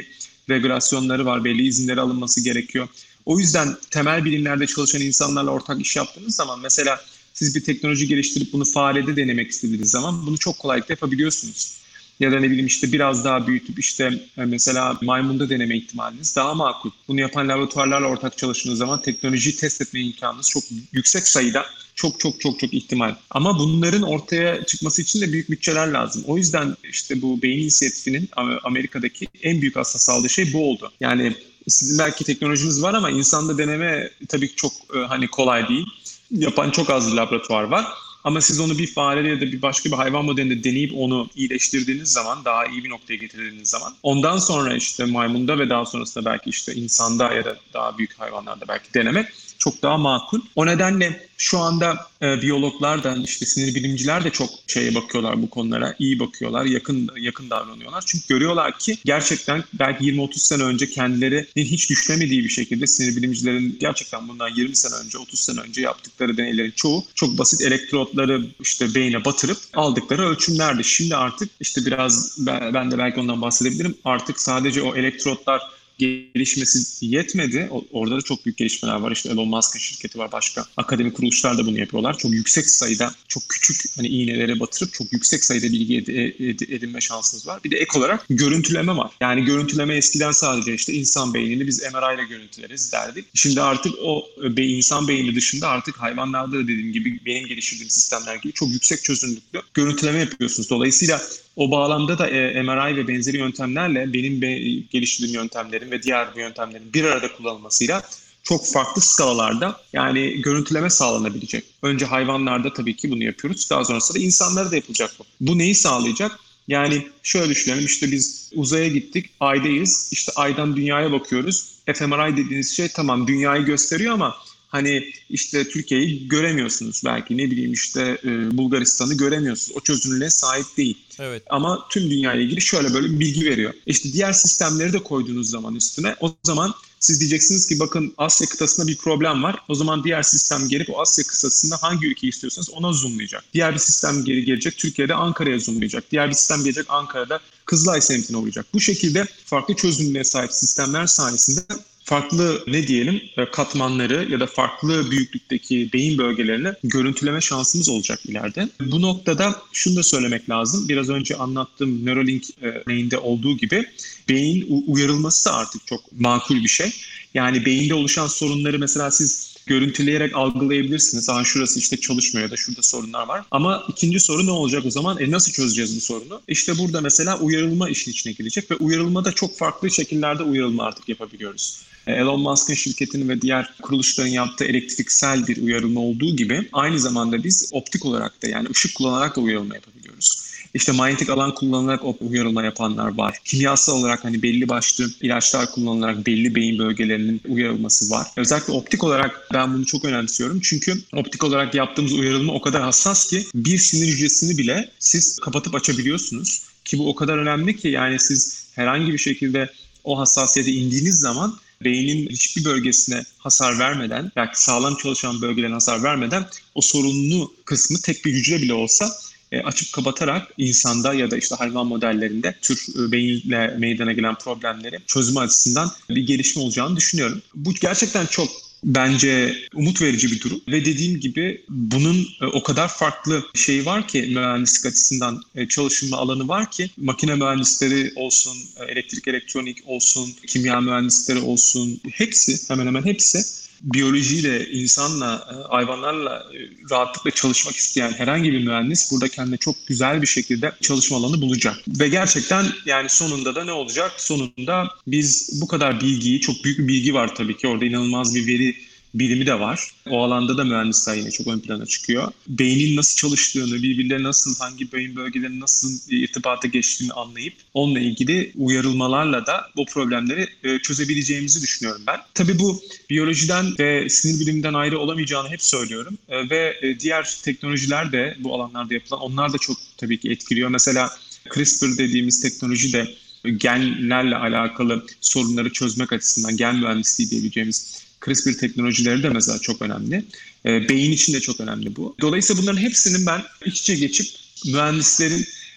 regülasyonları var, belli izinleri alınması gerekiyor. O yüzden temel bilimlerde çalışan insanlarla ortak iş yaptığınız zaman mesela siz bir teknoloji geliştirip bunu farede denemek istediğiniz zaman bunu çok kolaylıkla yapabiliyorsunuz. Ya da ne bileyim işte biraz daha büyütüp işte mesela maymunda deneme ihtimaliniz daha makul. Bunu yapan laboratuvarlarla ortak çalıştığınız zaman teknolojiyi test etme imkanınız çok yüksek sayıda, çok çok çok çok ihtimal. Ama bunların ortaya çıkması için de büyük bütçeler lazım. O yüzden işte bu Beyin İnisiyatifi'nin Amerika'daki en büyük hassas aldığı şey bu oldu. Yani sizin belki teknolojiniz var ama insanda deneme tabii ki çok hani kolay değil. Yapan çok az bir laboratuvar var. Ama siz onu bir farede ya da bir başka bir hayvan modelinde deneyip onu iyileştirdiğiniz zaman, daha iyi bir noktaya getirdiğiniz zaman ondan sonra işte maymunda ve daha sonrasında belki işte insanda ya da daha büyük hayvanlarda belki denemek çok daha makul. O nedenle şu anda e, biyologlar da işte sinir bilimciler de çok şeye bakıyorlar bu konulara, iyi bakıyorlar, yakın yakın davranıyorlar. Çünkü görüyorlar ki gerçekten belki yirmi otuz sene önce kendilerinin hiç düşünemediği bir şekilde sinir bilimcilerin gerçekten bundan yirmi sene önce, otuz sene önce yaptıkları deneylerin çoğu çok basit elektrotları işte beyne batırıp aldıkları ölçümlerdi. Şimdi artık işte biraz ben de belki ondan bahsedebilirim. Artık sadece o elektrotlar gelişmesi yetmedi. Orada da çok büyük gelişmeler var. İşte Elon Musk'ın şirketi var. Başka akademik kuruluşlar da bunu yapıyorlar. Çok yüksek sayıda, çok küçük hani iğnelere batırıp çok yüksek sayıda bilgi ed- ed- edinme şansınız var. Bir de ek olarak görüntüleme var. Yani görüntüleme eskiden sadece işte insan beynini biz M R I ile görüntüleriz derdik. Şimdi artık o be- insan beyni dışında artık hayvanlarda da dediğim gibi benim geliştirdiğim sistemler gibi çok yüksek çözünürlüklü görüntüleme yapıyorsunuz. Dolayısıyla o bağlamda da e, M R I ve benzeri yöntemlerle benim be, geliştirdiğim yöntemlerin ve diğer yöntemlerin bir arada kullanılmasıyla çok farklı skalalarda yani görüntüleme sağlanabilecek. Önce hayvanlarda tabii ki bunu yapıyoruz. Daha sonrasında insanlara da yapılacak bu. Bu neyi sağlayacak? Yani şöyle düşünelim, işte biz uzaya gittik, aydayız. İşte aydan dünyaya bakıyoruz. F M R I dediğiniz şey tamam dünyayı gösteriyor ama hani işte Türkiye'yi göremiyorsunuz belki, ne bileyim işte e, Bulgaristan'ı göremiyorsunuz. O çözünürlüğe sahip değil. Evet. Ama tüm dünya ile ilgili şöyle böyle bir bilgi veriyor. İşte diğer sistemleri de koyduğunuz zaman üstüne o zaman siz diyeceksiniz ki bakın Asya kıtasında bir problem var. O zaman diğer sistem gelip o Asya kıtasında hangi ülkeyi istiyorsanız ona zoomlayacak. Diğer bir sistem geri gelecek Türkiye'de Ankara'ya zoomlayacak. Diğer bir sistem gelecek Ankara'da Kızılay semtine uğrayacak. Bu şekilde farklı çözünürlüğe sahip sistemler sayesinde farklı ne diyelim katmanları ya da farklı büyüklükteki beyin bölgelerini görüntüleme şansımız olacak ileride. Bu noktada şunu da söylemek lazım. Biraz önce anlattığım Neuralink örneğinde olduğu gibi beyin uyarılması da artık çok makul bir şey. Yani beyinde oluşan sorunları mesela siz görüntüleyerek algılayabilirsiniz. Aa şurası işte çalışmıyor ya da şurada sorunlar var. Ama ikinci soru ne olacak o zaman? E nasıl çözeceğiz bu sorunu? İşte burada mesela uyarılma işin içine girecek ve uyarılmada çok farklı şekillerde uyarılma artık yapabiliyoruz. Elon Musk'ın şirketinin ve diğer kuruluşların yaptığı elektriksel bir uyarılma olduğu gibi aynı zamanda biz optik olarak da yani ışık kullanarak da uyarılma yapabiliyoruz. İşte manyetik alan kullanılarak uyarılma yapanlar var. Kimyasal olarak hani belli başlı ilaçlar kullanılarak belli beyin bölgelerinin uyarılması var. Özellikle optik olarak ben bunu çok önemsiyorum. Çünkü optik olarak yaptığımız uyarılma o kadar hassas ki bir sinir hücresini bile siz kapatıp açabiliyorsunuz. Ki bu o kadar önemli ki yani siz herhangi bir şekilde o hassasiyete indiğiniz zaman beynin hiçbir bölgesine hasar vermeden, belki sağlam çalışan bölgelerine hasar vermeden o sorunlu kısmı tek bir hücre bile olsa açıp kapatarak insanda ya da işte hayvan modellerinde tür beyinle meydana gelen problemleri çözme açısından bir gelişme olacağını düşünüyorum. Bu gerçekten çok bence umut verici bir durum ve dediğim gibi bunun o kadar farklı şey var ki mühendislik açısından çalışılma alanı var ki makine mühendisleri olsun, elektrik elektronik olsun, kimya mühendisleri olsun hepsi hemen hemen hepsi biyolojiyle, insanla, hayvanlarla rahatlıkla çalışmak isteyen herhangi bir mühendis burada kendine çok güzel bir şekilde çalışma alanı bulacak. Ve gerçekten yani sonunda da ne olacak? Sonunda biz bu kadar bilgiyi, çok büyük bir bilgi var tabii ki. Orada inanılmaz bir veri bilimi de var. O alanda da mühendisler yine çok ön plana çıkıyor. Beynin nasıl çalıştığını, birbirleri nasıl, hangi beyin bölgelerinin nasıl irtibata geçtiğini anlayıp onunla ilgili uyarılmalarla da bu problemleri çözebileceğimizi düşünüyorum ben. Tabii bu biyolojiden ve sinir biliminden ayrı olamayacağını hep söylüyorum. Ve diğer teknolojiler de bu alanlarda yapılan, onlar da çok tabii ki etkiliyor. Mesela CRISPR dediğimiz teknoloji de genlerle alakalı sorunları çözmek açısından gen mühendisliği diyebileceğimiz CRISPR teknolojileri de mesela çok önemli. E, beyin için de çok önemli bu. Dolayısıyla bunların hepsinin ben iç içe geçip mühendislerin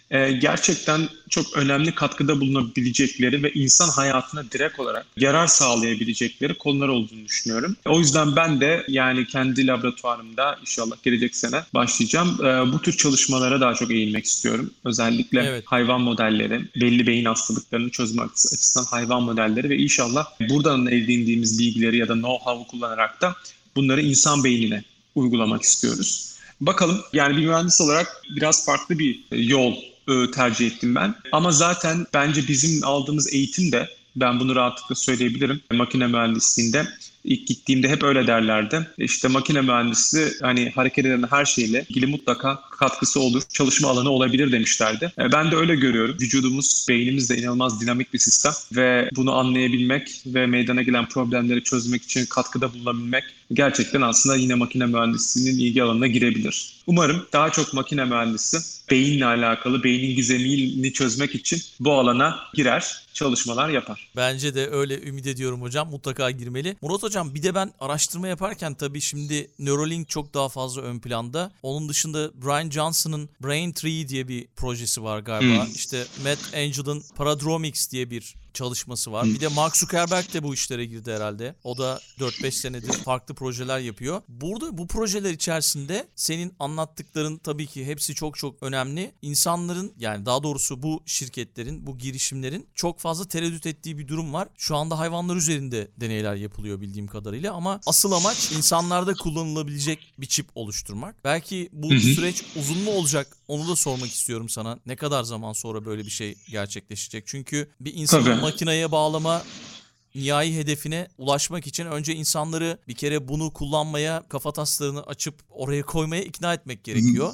e, gerçekten çok önemli katkıda bulunabilecekleri ve insan hayatına direkt olarak yarar sağlayabilecekleri konular olduğunu düşünüyorum. O yüzden ben de yani kendi laboratuvarımda inşallah gelecek sene başlayacağım. E, bu tür çalışmalara daha çok eğilmek istiyorum. Özellikle Evet. hayvan modelleri, belli beyin hastalıklarını çözmek açısından hayvan modelleri ve inşallah buradan edindiğimiz bilgileri ya da know-how'u kullanarak da bunları insan beynine uygulamak istiyoruz. Bakalım, yani bir mühendis olarak biraz farklı bir yol e, tercih ettim ben. Ama zaten bence bizim aldığımız eğitim de, ben bunu rahatlıkla söyleyebilirim, makine mühendisliğinde ilk gittiğimde hep öyle derlerdi. İşte makine mühendisi hani hareket eden her şeyle ilgili mutlaka katkısı olur, çalışma alanı olabilir demişlerdi. E, Ben de öyle görüyorum. Vücudumuz, beynimiz de inanılmaz dinamik bir sistem ve bunu anlayabilmek ve meydana gelen problemleri çözmek için katkıda bulunabilmek gerçekten aslında yine makine mühendisliğinin ilgi alanına girebilir. Umarım daha çok makine mühendisi beyinle alakalı, beynin gizemini çözmek için bu alana girer, çalışmalar yapar. Bence de öyle, ümit ediyorum hocam. Mutlaka girmeli. Murat hocam, bir de ben araştırma yaparken tabii şimdi Neuralink çok daha fazla ön planda. Onun dışında Brian Johnson'ın Brain Tree diye bir projesi var galiba. Hmm. İşte Matt Angel'ın Paradromics diye bir çalışması var. Bir de Mark Zuckerberg de bu işlere girdi herhalde. O da dört beş senedir farklı projeler yapıyor. Burada bu projeler içerisinde senin anlattıkların tabii ki hepsi çok çok önemli. İnsanların, yani daha doğrusu bu şirketlerin, bu girişimlerin çok fazla tereddüt ettiği bir durum var. Şu anda hayvanlar üzerinde deneyler yapılıyor bildiğim kadarıyla ama asıl amaç insanlarda kullanılabilecek bir çip oluşturmak. Belki bu Hı hı. süreç uzun mu olacak? Onu da sormak istiyorum sana. Ne kadar zaman sonra böyle bir şey gerçekleşecek? Çünkü bir insanı Tabii. makineye bağlama nihai hedefine ulaşmak için önce insanları bir kere bunu kullanmaya, kafataslarını açıp oraya koymaya ikna etmek gerekiyor.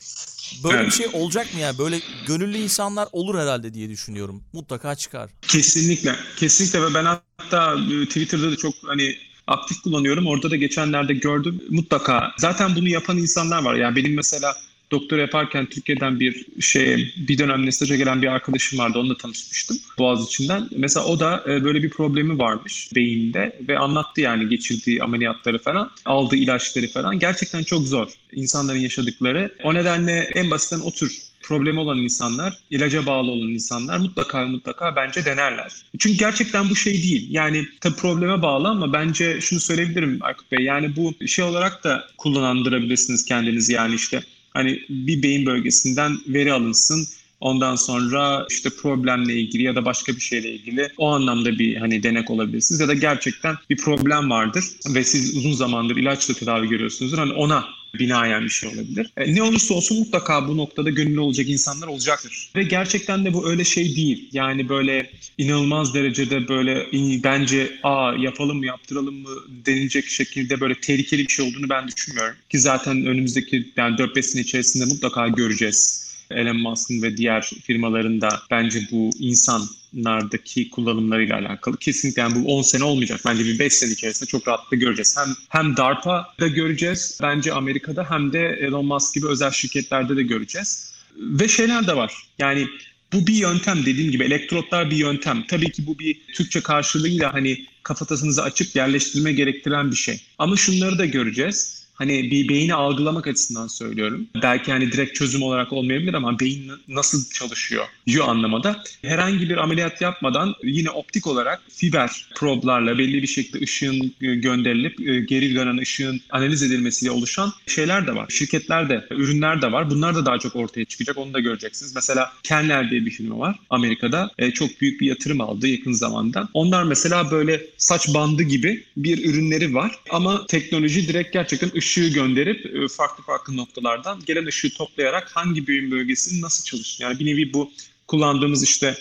Böyle Evet. bir şey olacak mı yani? Böyle gönüllü insanlar olur herhalde diye düşünüyorum. Mutlaka çıkar. Kesinlikle, kesinlikle ve ben hatta e, Twitter'da da çok hani aktif kullanıyorum. Orada da geçenlerde gördüm. Mutlaka. Zaten bunu yapan insanlar var. Yani benim mesela doktora yaparken Türkiye'den bir şey, bir dönem staja gelen bir arkadaşım vardı. Onunla tanışmıştım Boğaziçi'nden. Mesela o da e, böyle bir problemi varmış beyinde ve anlattı yani geçirdiği ameliyatları falan, aldığı ilaçları falan. Gerçekten çok zor insanların yaşadıkları. O nedenle en basitten o tür problemi olan insanlar, ilaca bağlı olan insanlar mutlaka mutlaka bence denerler. Çünkü gerçekten bu şey değil. Yani tabii probleme bağlı ama bence şunu söyleyebilirim Aykut Bey. Yani bu şey olarak da kullandırabilirsiniz kendinizi. Yani işte hani bir beyin bölgesinden veri alınsın. Ondan sonra işte problemle ilgili ya da başka bir şeyle ilgili o anlamda bir hani denek olabilirsiniz. Ya da gerçekten bir problem vardır ve siz uzun zamandır ilaçla tedavi görüyorsunuzdur. Hani ona binaen bir şey olabilir. E, ne olursa olsun mutlaka bu noktada gönüllü olacak insanlar olacaktır. Ve gerçekten de bu öyle şey değil. Yani böyle inanılmaz derecede böyle bence aa yapalım mı yaptıralım mı denilecek şekilde böyle tehlikeli bir şey olduğunu ben düşünmüyorum. Ki zaten önümüzdeki yani dört beş sene içerisinde mutlaka göreceğiz. Elon Musk'ın ve diğer firmaların da bence bu insanlardaki kullanımlarıyla alakalı. Kesinlikle yani bu on sene olmayacak. Bence bir beş sene içerisinde çok rahatlıkla göreceğiz. Hem hem DARPA'da göreceğiz bence Amerika'da, hem de Elon Musk gibi özel şirketlerde de göreceğiz. Ve şeyler de var. Yani bu bir yöntem, dediğim gibi elektrotlar bir yöntem. Tabii ki bu bir Türkçe karşılığıyla hani kafatasınızı açıp yerleştirme gerektiren bir şey. Ama şunları da göreceğiz. Hani bir beyni algılamak açısından söylüyorum. Belki hani direkt çözüm olarak olmayabilir ama beyin nasıl çalışıyor yu anlamada. Herhangi bir ameliyat yapmadan yine optik olarak fiber problarla belli bir şekilde ışığın gönderilip geri dönen ışığın analiz edilmesiyle oluşan şeyler de var. Şirketler de, ürünler de var. Bunlar da daha çok ortaya çıkacak. Onu da göreceksiniz. Mesela Kenler diye bir firma var Amerika'da. Çok büyük bir yatırım aldı yakın zamanda. Onlar mesela böyle saç bandı gibi bir ürünleri var. Ama teknoloji direkt gerçekten ışığı gönderip farklı farklı noktalardan gelen ışığı toplayarak hangi beyin bölgesinin nasıl çalıştığını. Yani bir nevi bu kullandığımız işte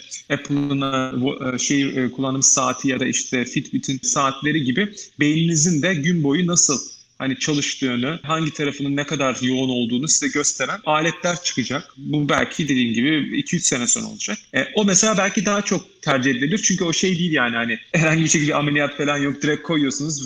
Apple'ın şey kullandığımız saati ya da işte Fitbit'in saatleri gibi beyninizin de gün boyu nasıl hani çalıştığını, hangi tarafının ne kadar yoğun olduğunu size gösteren aletler çıkacak. Bu belki dediğim gibi iki üç sene sonra olacak. E, o mesela belki daha çok tercih edilebilir. Çünkü o şey değil yani hani herhangi bir şekilde ameliyat falan yok. Direkt koyuyorsunuz ve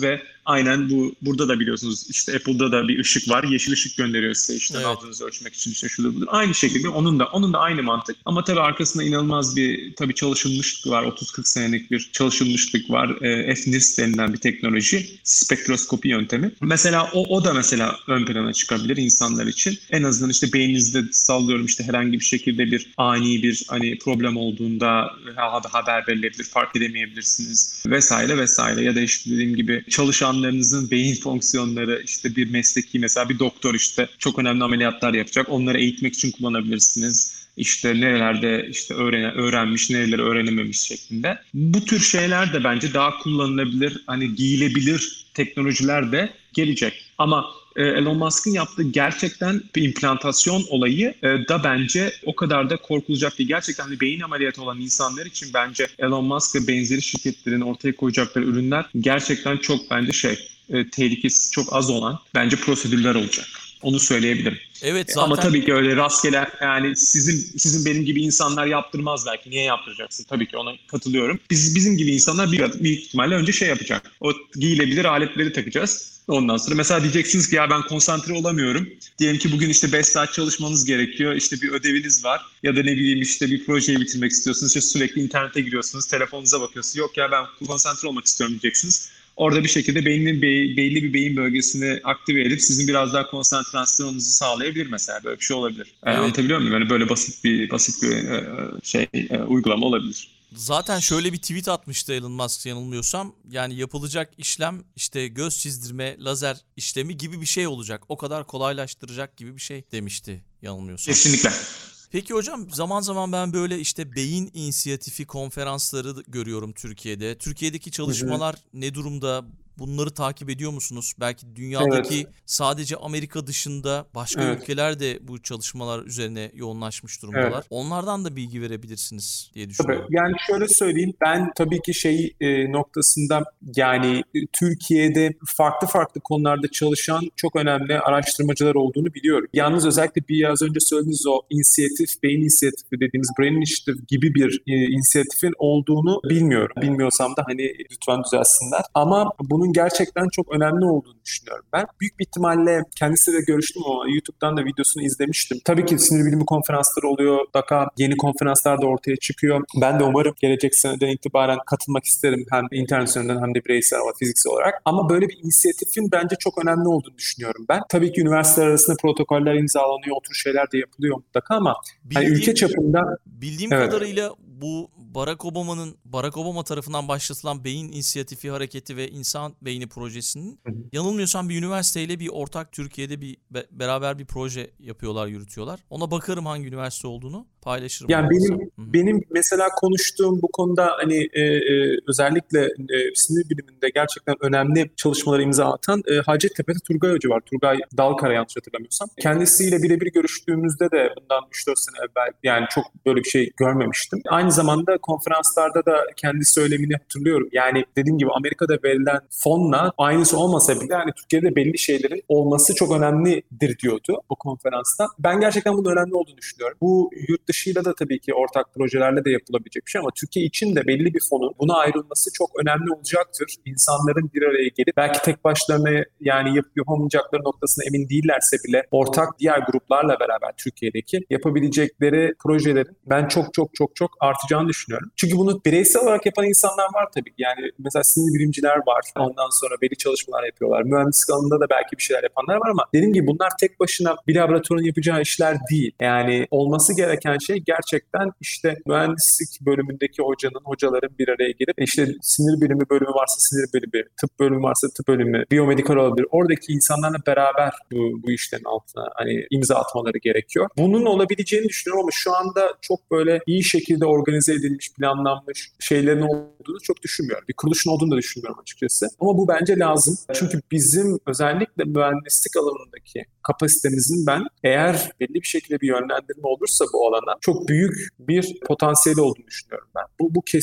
aynen bu burada da biliyorsunuz işte Apple'da da bir ışık var. Yeşil ışık gönderiyor size işte Evet. nabzınızı ölçmek için işte şurada budur. Aynı şekilde onun da onun da aynı mantık. Ama tabii arkasında inanılmaz bir tabii çalışılmışlık var. otuz kırk senelik bir çalışılmışlık var. E, F N I R S denilen bir teknoloji. Spektroskopi yöntemi. Mesela o, o da mesela ön plana çıkabilir insanlar için. En azından işte beyninizde sallıyorum işte herhangi bir şekilde bir ani bir hani problem olduğunda haber verilebilir, fark edemeyebilirsiniz vesaire vesaire. Ya da işte dediğim gibi çalışanlarınızın beyin fonksiyonları işte bir mesleki mesela bir doktor işte çok önemli ameliyatlar yapacak. Onları eğitmek için kullanabilirsiniz. İşte nerelerde işte öğren öğrenmiş, nereleri öğrenememiş şeklinde. Bu tür şeyler de bence daha kullanılabilir, hani giyilebilir teknolojiler de gelecek. Ama e, Elon Musk'ın yaptığı gerçekten bir implantasyon olayı e, da bence o kadar da korkulacak değil. Gerçekten de beyin ameliyatı olan insanlar için bence Elon Musk ve benzeri şirketlerin ortaya koyacakları ürünler gerçekten çok bence şey e, tehlikesi çok az olan bence prosedürler olacak. Onu söyleyebilirim. Evet, Ama zaten tabii ki öyle rastgele yani sizin sizin benim gibi insanlar yaptırmaz belki. Niye yaptıracaksın? Tabii ki ona katılıyorum. Biz bizim gibi insanlar büyük, büyük ihtimalle önce şey yapacak. O giyilebilir aletleri takacağız. Ondan sonra mesela diyeceksiniz ki ya ben konsantre olamıyorum. Diyelim ki bugün işte beş saat çalışmanız gerekiyor. İşte bir ödeviniz var. Ya da ne bileyim işte bir projeyi bitirmek istiyorsunuz. İşte sürekli internete giriyorsunuz. Telefonunuza bakıyorsunuz. Yok ya ben konsantre olmak istiyorum diyeceksiniz. Orada bir şekilde beynin be- belli bir beyin bölgesini aktive edip sizin biraz daha konsantrasyonunuzu sağlayabilir mesela. Böyle bir şey olabilir. E, evet. anlatabiliyor muyum? Yani böyle basit bir basit bir e, şey e, uygulama olabilir. Zaten şöyle bir tweet atmıştı Elon Musk yanılmıyorsam. Yani yapılacak işlem işte göz çizdirme, lazer işlemi gibi bir şey olacak. O kadar kolaylaştıracak gibi bir şey demişti yanılmıyorsam. Kesinlikle. Peki hocam, zaman zaman ben böyle işte beyin inisiyatifi konferansları görüyorum Türkiye'de. Türkiye'deki Hı hı. çalışmalar ne durumda? Bunları takip ediyor musunuz? Belki Evet, dünyadaki sadece Amerika dışında başka evet, ülkeler de bu çalışmalar üzerine yoğunlaşmış evet. durumdalar. Onlardan da bilgi verebilirsiniz diye Tabii. düşünüyorum. Yani şöyle söyleyeyim, ben tabii ki şey e, noktasında yani e, Türkiye'de farklı farklı konularda çalışan çok önemli araştırmacılar olduğunu biliyorum. Yalnız özellikle bir az önce söylediğiniz o inisiyatif, beyin inisiyatifi dediğimiz Brain Initiative gibi bir e, inisiyatifin olduğunu bilmiyorum. Bilmiyorsam da hani lütfen düzelsinler. Ama bunun gerçekten çok önemli olduğunu düşünüyorum ben. Büyük bir ihtimalle kendisiyle de görüştüm ama YouTube'dan da videosunu izlemiştim. Tabii ki sinir bilimi konferansları oluyor. Mutlaka yeni konferanslar da ortaya çıkıyor. Ben de umarım gelecek seneden itibaren katılmak isterim hem internet üzerinden hem de bireysel ve fiziksel olarak. Ama böyle bir inisiyatifin bence çok önemli olduğunu düşünüyorum ben. Tabii ki üniversiteler arasında protokoller imzalanıyor, o tür şeyler de yapılıyor mutlaka ama hani ülke Bildiğim çapında bildiğim evet. kadarıyla bu Barack Obama'nın Barack Obama tarafından başlatılan Beyin İnisiyatifi Hareketi ve İnsan Beyni projesinin Hı hı. yanılmıyorsam bir üniversiteyle bir ortak Türkiye'de bir be- beraber bir proje yapıyorlar, yürütüyorlar. Ona bakarım hangi üniversite olduğunu, paylaşırım Yani olmazsa. benim Hı hı. benim mesela konuştuğum bu konuda hani e, e, özellikle e, sinir biliminde gerçekten önemli çalışmaları imza atan e, Hacettepe'de Turgay Hoca var. Turgay Dalkara yanlış hatırlamıyorsam. Kendisiyle birebir görüştüğümüzde de bundan üç dört sene evvel yani çok böyle bir şey görmemiştim. Aynı zamanda konferanslarda da kendi söylemini hatırlıyorum. Yani dediğim gibi Amerika'da verilen fonla aynısı olmasa bile yani Türkiye'de belli şeylerin olması çok önemlidir diyordu o konferansta. Ben gerçekten bunun önemli olduğunu düşünüyorum. Bu yurt dışıyla da tabii ki ortak projelerle de yapılabilecek bir şey ama Türkiye için de belli bir fonun buna ayrılması çok önemli olacaktır. İnsanların bir araya gelip belki tek başlarına yani yap yapamayacakları noktasına emin değillerse bile ortak diğer gruplarla beraber Türkiye'deki yapabilecekleri projelerin ben çok çok çok çok artacağını düşünüyorum. Çünkü bunu bireysel olarak yapan insanlar var tabii. Yani mesela sinir bilimciler var. Ondan sonra belli çalışmalar yapıyorlar. Mühendislik alanında da belki bir şeyler yapanlar var ama dediğim gibi bunlar tek başına bir laboratuvarın yapacağı işler değil. Yani olması gereken şey gerçekten işte mühendislik bölümündeki hocanın, hocaların bir araya gelip işte sinir bilimi bölümü varsa sinir bilimi, tıp bölümü varsa tıp bölümü, biyomedikal olabilir. Oradaki insanlarla beraber bu, bu işlerin altına hani imza atmaları gerekiyor. Bunun olabileceğini düşünüyorum ama şu anda çok böyle iyi şekilde organize edilmiş, planlanmış şeylerin olduğunu çok düşünmüyorum. Bir kuruluşun olduğunu da düşünmüyorum açıkçası. Ama bu bence lazım. Çünkü bizim özellikle mühendislik alanındaki kapasitemizin ben eğer belli bir şekilde bir yönlendirme olursa bu alana çok büyük bir potansiyeli olduğunu düşünüyorum ben. Bu, bu kesin.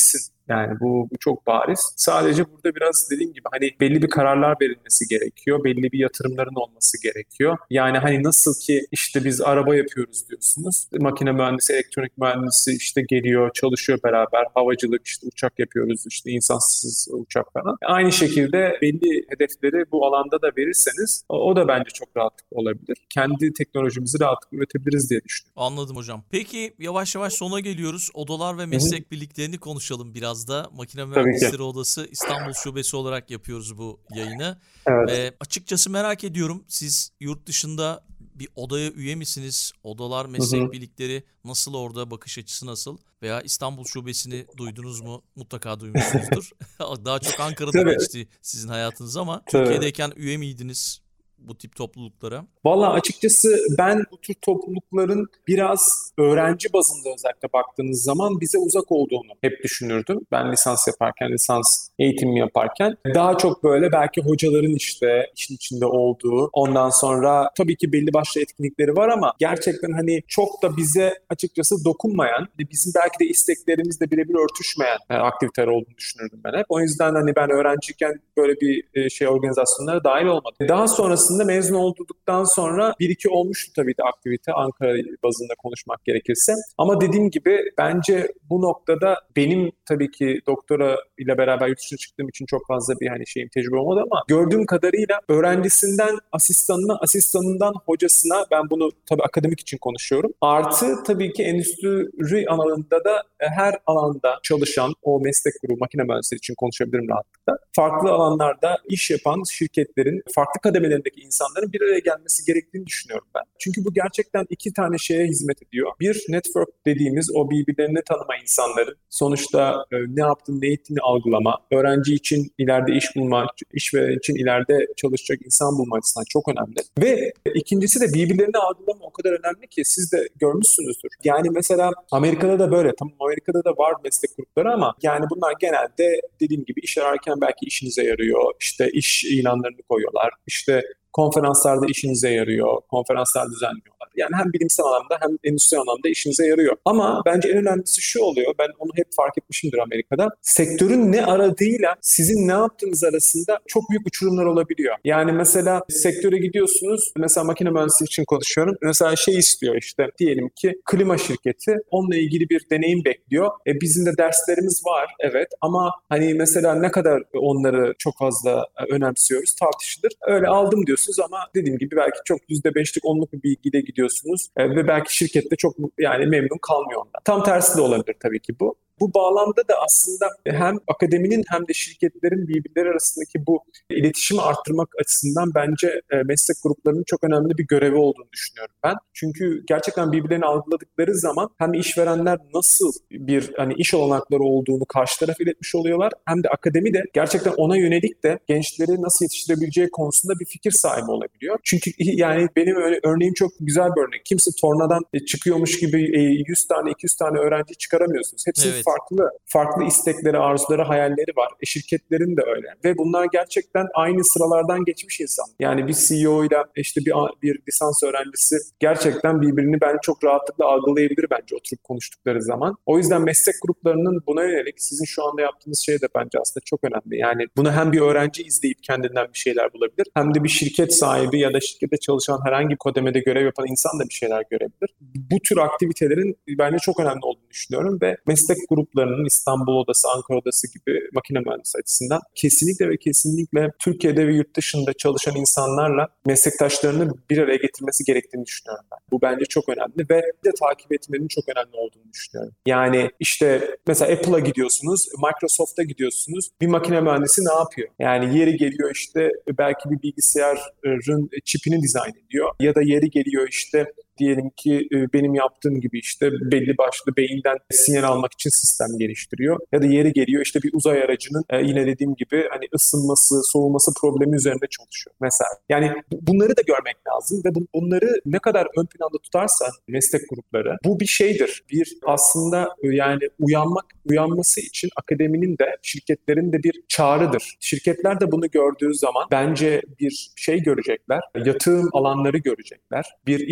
Yani bu, bu çok bariz. Sadece burada biraz dediğim gibi hani belli bir kararlar verilmesi gerekiyor. Belli bir yatırımların olması gerekiyor. Yani hani nasıl ki işte biz araba yapıyoruz diyorsunuz. Makine mühendisi, elektronik mühendisi işte geliyor, çalışıyor beraber. Havacılık, işte uçak yapıyoruz, işte insansız uçak falan. Aynı şekilde belli hedefleri bu alanda da verirseniz o, o da bence çok rahatlıkla olabilir. Kendi teknolojimizi rahatlıkla üretebiliriz diye düşünüyorum. Anladım hocam. Peki yavaş yavaş sona geliyoruz. Odalar ve Hı hı. meslek birliklerini konuşalım biraz da. Makine Tabii ki. Mühendisleri Odası İstanbul Şubesi olarak yapıyoruz bu yayını. Evet. Ve açıkçası merak ediyorum. Siz yurt dışında bir odaya üye misiniz? Odalar, Hı hı. meslek birlikleri nasıl orada? Bakış açısı nasıl? Veya İstanbul Şubesi'ni duydunuz mu? Mutlaka duymuşsunuzdur. Daha çok Ankara'da Tabii. geçti sizin hayatınız ama Tabii. Türkiye'deyken üye miydiniz bu tip topluluklara? Valla açıkçası ben bu tür toplulukların biraz öğrenci bazında özellikle baktığınız zaman bize uzak olduğunu hep düşünürdüm. Ben lisans yaparken, lisans eğitimimi yaparken daha çok böyle belki hocaların işte işin içinde olduğu, ondan sonra tabii ki belli başlı etkinlikleri var ama gerçekten hani çok da bize açıkçası dokunmayan, bizim belki de isteklerimizle birebir örtüşmeyen e, aktiviteler olduğunu düşünürdüm ben hep. O yüzden hani ben öğrenciyken böyle bir e, şey organizasyonlara dahil olmadım. Daha sonrasında mezun olduktan sonra bir iki olmuştu tabii de aktivite Ankara bazında konuşmak gerekirse. Ama dediğim gibi bence bu noktada benim tabii ki doktora ile beraber yurt dışına çıktığım için çok fazla bir hani şeyim tecrübe olmadı ama gördüğüm kadarıyla öğrencisinden asistanına, asistanından hocasına ben bunu tabii akademik için konuşuyorum. Artı tabii ki endüstri alanında da her alanda çalışan o meslek grubu makine mühendisleri için konuşabilirim rahatlıkla. Farklı alanlarda iş yapan şirketlerin farklı kademelerindeki insanların bir araya gelmesi gerektiğini düşünüyorum ben. Çünkü bu gerçekten iki tane şeye hizmet ediyor. Bir, network dediğimiz o birbirlerini tanıma insanların sonuçta e, ne yaptığını, ne ettiğini algılama, öğrenci için ileride iş bulma, işveren için ileride çalışacak insan bulma açısından çok önemli. Ve ikincisi de birbirlerini algılama o kadar önemli ki siz de görmüşsünüzdür. Yani mesela Amerika'da da böyle, tamam Amerika'da da var meslek grupları ama yani bunlar genelde dediğim gibi iş ararken belki işinize yarıyor. İşte iş ilanlarını koyuyorlar. İşte konferanslarda işinize yarıyor, konferanslar düzenliyorlar. Yani hem bilimsel anlamda hem endüstri anlamda işinize yarıyor. Ama bence en önemlisi şu oluyor, ben onu hep fark etmişimdir Amerika'da. Sektörün ne aradığıyla sizin ne yaptığınız arasında çok büyük uçurumlar olabiliyor. Yani mesela sektöre gidiyorsunuz, mesela makine mühendisliği için konuşuyorum. Mesela şey istiyor işte, diyelim ki klima şirketi, onunla ilgili bir deneyim bekliyor. E bizim de derslerimiz var, evet ama hani mesela ne kadar onları çok fazla önemsiyoruz tartışılır. Öyle aldım diyorsunuz ama dediğim gibi belki çok yüzde beşlik onluk bir bilgiyle gidiyorsunuz e, ve belki şirkette çok yani memnun kalmıyor ondan. Tam tersi de olabilir tabii ki bu. Bu bağlamda da aslında hem akademinin hem de şirketlerin birbirleri arasındaki bu iletişimi arttırmak açısından bence meslek gruplarının çok önemli bir görevi olduğunu düşünüyorum ben. Çünkü gerçekten birbirlerini algıladıkları zaman hem işverenler nasıl bir hani iş olanakları olduğunu karşı tarafa iletmiş oluyorlar, hem de akademi de gerçekten ona yönelik de gençleri nasıl yetiştirebileceği konusunda bir fikir sahibi olabiliyor. Çünkü yani benim öyle, örneğim çok güzel bir örnek. Kimse tornadan çıkıyormuş gibi yüz tane iki yüz tane öğrenci çıkaramıyorsunuz. Hepsinin Evet. farklı farklı istekleri, arzuları, hayalleri var. E, şirketlerin de öyle. Ve bunlar gerçekten aynı sıralardan geçmiş insan. Yani bir C E O ile işte bir bir lisans öğrencisi gerçekten birbirini ben çok rahatlıkla algılayabilir bence oturup konuştukları zaman. O yüzden meslek gruplarının buna yönelik sizin şu anda yaptığınız şey de bence aslında çok önemli. Yani bunu hem bir öğrenci izleyip kendinden bir şeyler bulabilir, hem de bir şirket sahibi ya da şirkette çalışan herhangi bir kademede görev yapan insan da bir şeyler görebilir. Bu tür aktivitelerin bence çok önemli olduğunu düşünüyorum ve meslek gruplarının İstanbul Odası, Ankara Odası gibi makine mühendisi açısından kesinlikle ve kesinlikle Türkiye'de ve yurt dışında çalışan insanlarla meslektaşlarını bir araya getirmesi gerektiğini düşünüyorum ben. Bu bence çok önemli ve de takip etmenin çok önemli olduğunu düşünüyorum. Yani işte mesela Apple'a gidiyorsunuz, Microsoft'a gidiyorsunuz. Bir makine mühendisi ne yapıyor? Yani yeri geliyor işte belki bir bilgisayarın çipini dizayn ediyor ya da yeri geliyor işte diyelim ki benim yaptığım gibi işte belli başlı beyinden sinyal almak için sistem geliştiriyor. Ya da yeri geliyor işte bir uzay aracının yine dediğim gibi hani ısınması, soğuması problemi üzerinde çalışıyor mesela. Yani bunları da görmek lazım ve bunları ne kadar ön planda tutarsa meslek grupları bu bir şeydir. Bir aslında yani uyanmak, uyanması için akademinin de şirketlerin de bir çağrıdır. Şirketler de bunu gördüğü zaman bence bir şey görecekler, yatırım alanları görecekler, bir iş imkanı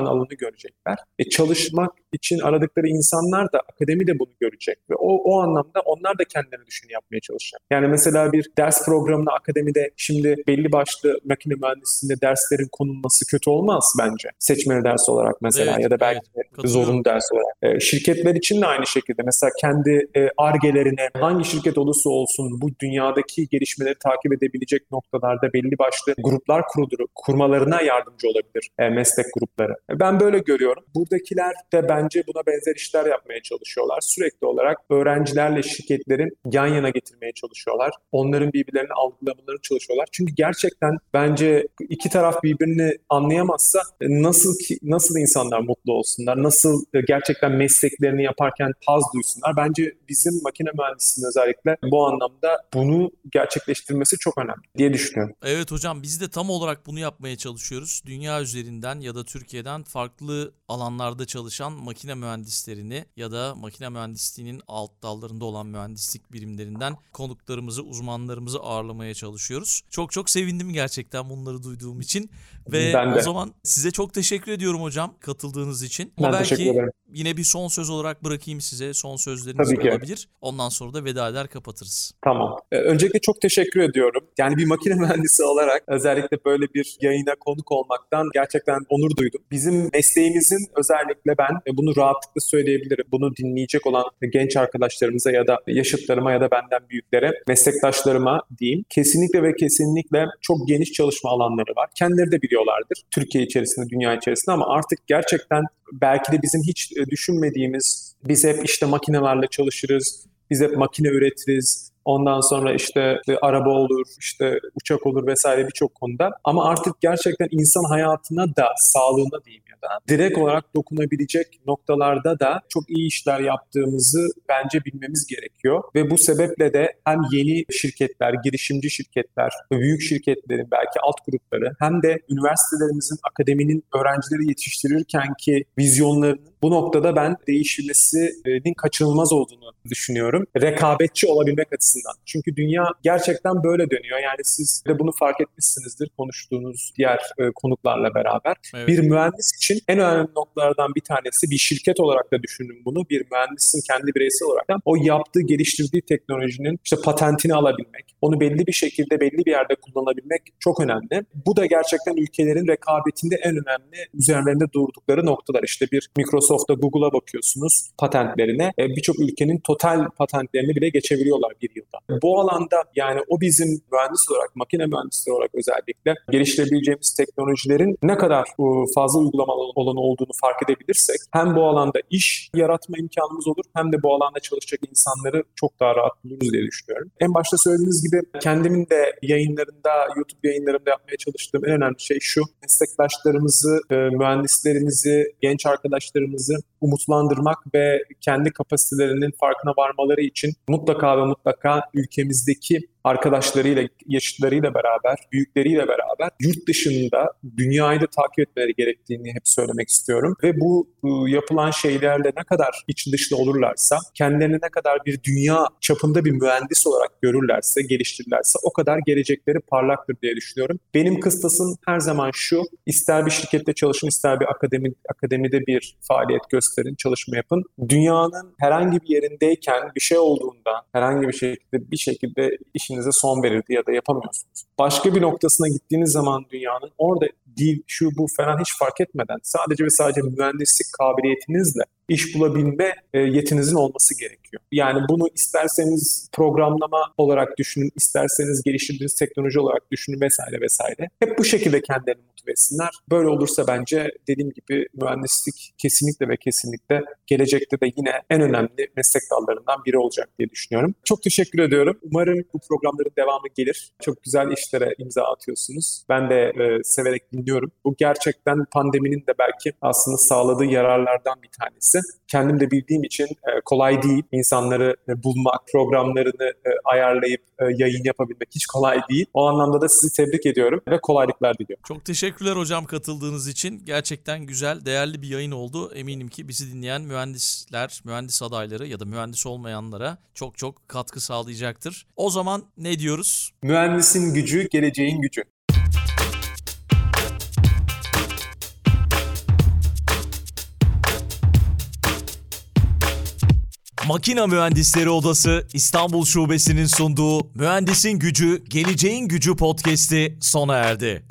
alanı görecekler. E, çalışmak için aradıkları insanlar da, akademi de bunu görecek ve o, o anlamda onlar da kendileri düşün yapmaya çalışacak. Yani mesela bir ders programına akademide şimdi belli başlı makine mühendisliğinde derslerin konulması kötü olmaz bence. Seçmeli ders olarak mesela Evet, ya da belki evet, de zorunlu ders olarak. E, şirketler için de aynı şekilde. Mesela kendi e, Ar-Ge'lerine hangi şirket olursa olsun bu dünyadaki gelişmeleri takip edebilecek noktalarda belli başlı gruplar kurulur, kurmalarına yardımcı olabilir e, meslek grupları. E, ben böyle görüyorum. Buradakiler de bence buna benzer işler yapmaya çalışıyorlar. Sürekli olarak öğrencilerle şirketlerin yan yana getirmeye çalışıyorlar. Onların birbirlerini algılamalarını çalışıyorlar. Çünkü gerçekten bence iki taraf birbirini anlayamazsa nasıl ki nasıl insanlar mutlu olsunlar, nasıl gerçekten mesleklerini yaparken haz duysunlar. Bence bizim makine mühendisliğinin özellikle bu anlamda bunu gerçekleştirmesi çok önemli diye düşünüyorum. Evet hocam, biz de tam olarak bunu yapmaya çalışıyoruz. Dünya üzerinden ya da Türkiye'den farklı alanlarda çalışan makine mühendislerini ya da makine mühendisliğinin alt dallarında olan mühendislik birimlerinden konuklarımızı, uzmanlarımızı ağırlamaya çalışıyoruz. Çok çok sevindim gerçekten bunları duyduğum için ve Ben de. o zaman size çok teşekkür ediyorum hocam katıldığınız için. Ben Ama teşekkür belki ederim. yine bir son söz olarak bırakayım size. Son sözleriniz Tabii ki. olabilir. Ondan sonra da veda eder kapatırız. Tamam. Ee, Öncelikle çok teşekkür ediyorum. Yani bir makine mühendisi olarak özellikle böyle bir yayına konuk olmaktan gerçekten onur duydum. Bizim mesleğimizin özellikle ben e, bunu rahatlıkla söyleyebilirim. Bunu dinleyecek olan genç arkadaşlarımıza ya da yaşıtlarıma ya da benden büyüklere, meslektaşlarıma diyeyim. Kesinlikle ve kesinlikle çok geniş çalışma alanları var. Kendileri de biliyorlardır. Türkiye içerisinde, dünya içerisinde ama artık gerçekten belki de bizim hiç e, düşünmediğimiz, biz hep işte makinelerle çalışırız, biz hep makine üretiriz. Ondan sonra işte araba olur, işte uçak olur vesaire birçok konuda. Ama artık gerçekten insan hayatına da, sağlığına diyeyim ya da direkt olarak dokunabilecek noktalarda da çok iyi işler yaptığımızı bence bilmemiz gerekiyor. Ve bu sebeple de hem yeni şirketler, girişimci şirketler, büyük şirketlerin belki alt grupları hem de üniversitelerimizin, akademinin öğrencileri yetiştirirken ki vizyonlarının bu noktada ben değişmesinin kaçınılmaz olduğunu düşünüyorum. Rekabetçi olabilmek açısından. Çünkü dünya gerçekten böyle dönüyor. Yani siz de bunu fark etmişsinizdir konuştuğunuz diğer e, konuklarla beraber. Evet. Bir mühendis için en önemli noktalardan bir tanesi, bir şirket olarak da düşünün bunu. Bir mühendisin kendi bireysel olarak da o yaptığı, geliştirdiği teknolojinin işte patentini alabilmek, onu belli bir şekilde belli bir yerde kullanabilmek çok önemli. Bu da gerçekten ülkelerin rekabetinde en önemli üzerlerinde durdukları noktalar. İşte bir Microsoft'ta, Google'a bakıyorsunuz patentlerine. E, birçok ülkenin total patentlerini bile geçebiliyorlar bir yılda. Bu alanda yani o bizim mühendis olarak, makine mühendisleri olarak özellikle geliştirebileceğimiz teknolojilerin ne kadar fazla uygulama alanı olduğunu fark edebilirsek hem bu alanda iş yaratma imkanımız olur hem de bu alanda çalışacak insanları çok daha rahat buluruz diye düşünüyorum. En başta söylediğiniz gibi kendimin de yayınlarında, YouTube yayınlarımda yapmaya çalıştığım en önemli şey şu: meslektaşlarımızı, mühendislerimizi, genç arkadaşlarımızı umutlandırmak ve kendi kapasitelerinin farkına varmaları için mutlaka ve mutlaka ülkemizdeki arkadaşlarıyla, yaşıtlarıyla beraber, büyükleriyle beraber yurt dışında dünyayı da takip etmeleri gerektiğini hep söylemek istiyorum. Ve bu yapılan şeylerle ne kadar iç dışlı olurlarsa, kendilerini ne kadar bir dünya çapında bir mühendis olarak görürlerse, geliştirirlerse o kadar gelecekleri parlaktır diye düşünüyorum. Benim kıstasım her zaman şu: ister bir şirkette çalışın, ister bir akademi, akademide bir faaliyet gösterin, çalışma yapın. Dünyanın herhangi bir yerindeyken bir şey olduğunda herhangi bir şekilde bir şekilde işinize son verirdi ya da yapamıyorsunuz. Başka bir noktasına gittiğiniz zaman dünyanın orada dil, şu bu falan hiç fark etmeden sadece ve sadece mühendislik kabiliyetinizle iş bulabilme e, yetinizin olması gerekiyor. Yani bunu isterseniz programlama olarak düşünün, isterseniz geliştirdiğiniz teknoloji olarak düşünün vesaire vesaire. Hep bu şekilde kendilerini motive etsinler. Böyle olursa bence dediğim gibi mühendislik kesinlikle ve kesinlikle gelecekte de yine en önemli meslek dallarından biri olacak diye düşünüyorum. Çok teşekkür ediyorum. Umarım bu programların devamı gelir. Çok güzel işlere imza atıyorsunuz. Ben de e, severek dinliyorum. Bu gerçekten pandeminin de belki aslında sağladığı yararlardan bir tanesi. Kendim de bildiğim için e, kolay değil. İnsanları e, bulmak, programlarını e, ayarlayıp e, yayın yapabilmek hiç kolay değil. O anlamda da sizi tebrik ediyorum ve kolaylıklar diliyorum. Çok teşekkürler hocam katıldığınız için. Gerçekten güzel, değerli bir yayın oldu. Eminim ki bizi dinleyen mühendisler, mühendis adayları ya da mühendis olmayanlara çok çok katkı sağlayacaktır. O zaman ne diyoruz? Mühendisin gücü, geleceğin gücü. Makina Mühendisleri Odası İstanbul Şubesi'nin sunduğu Mühendisin Gücü, Geleceğin Gücü podcast'i sona erdi.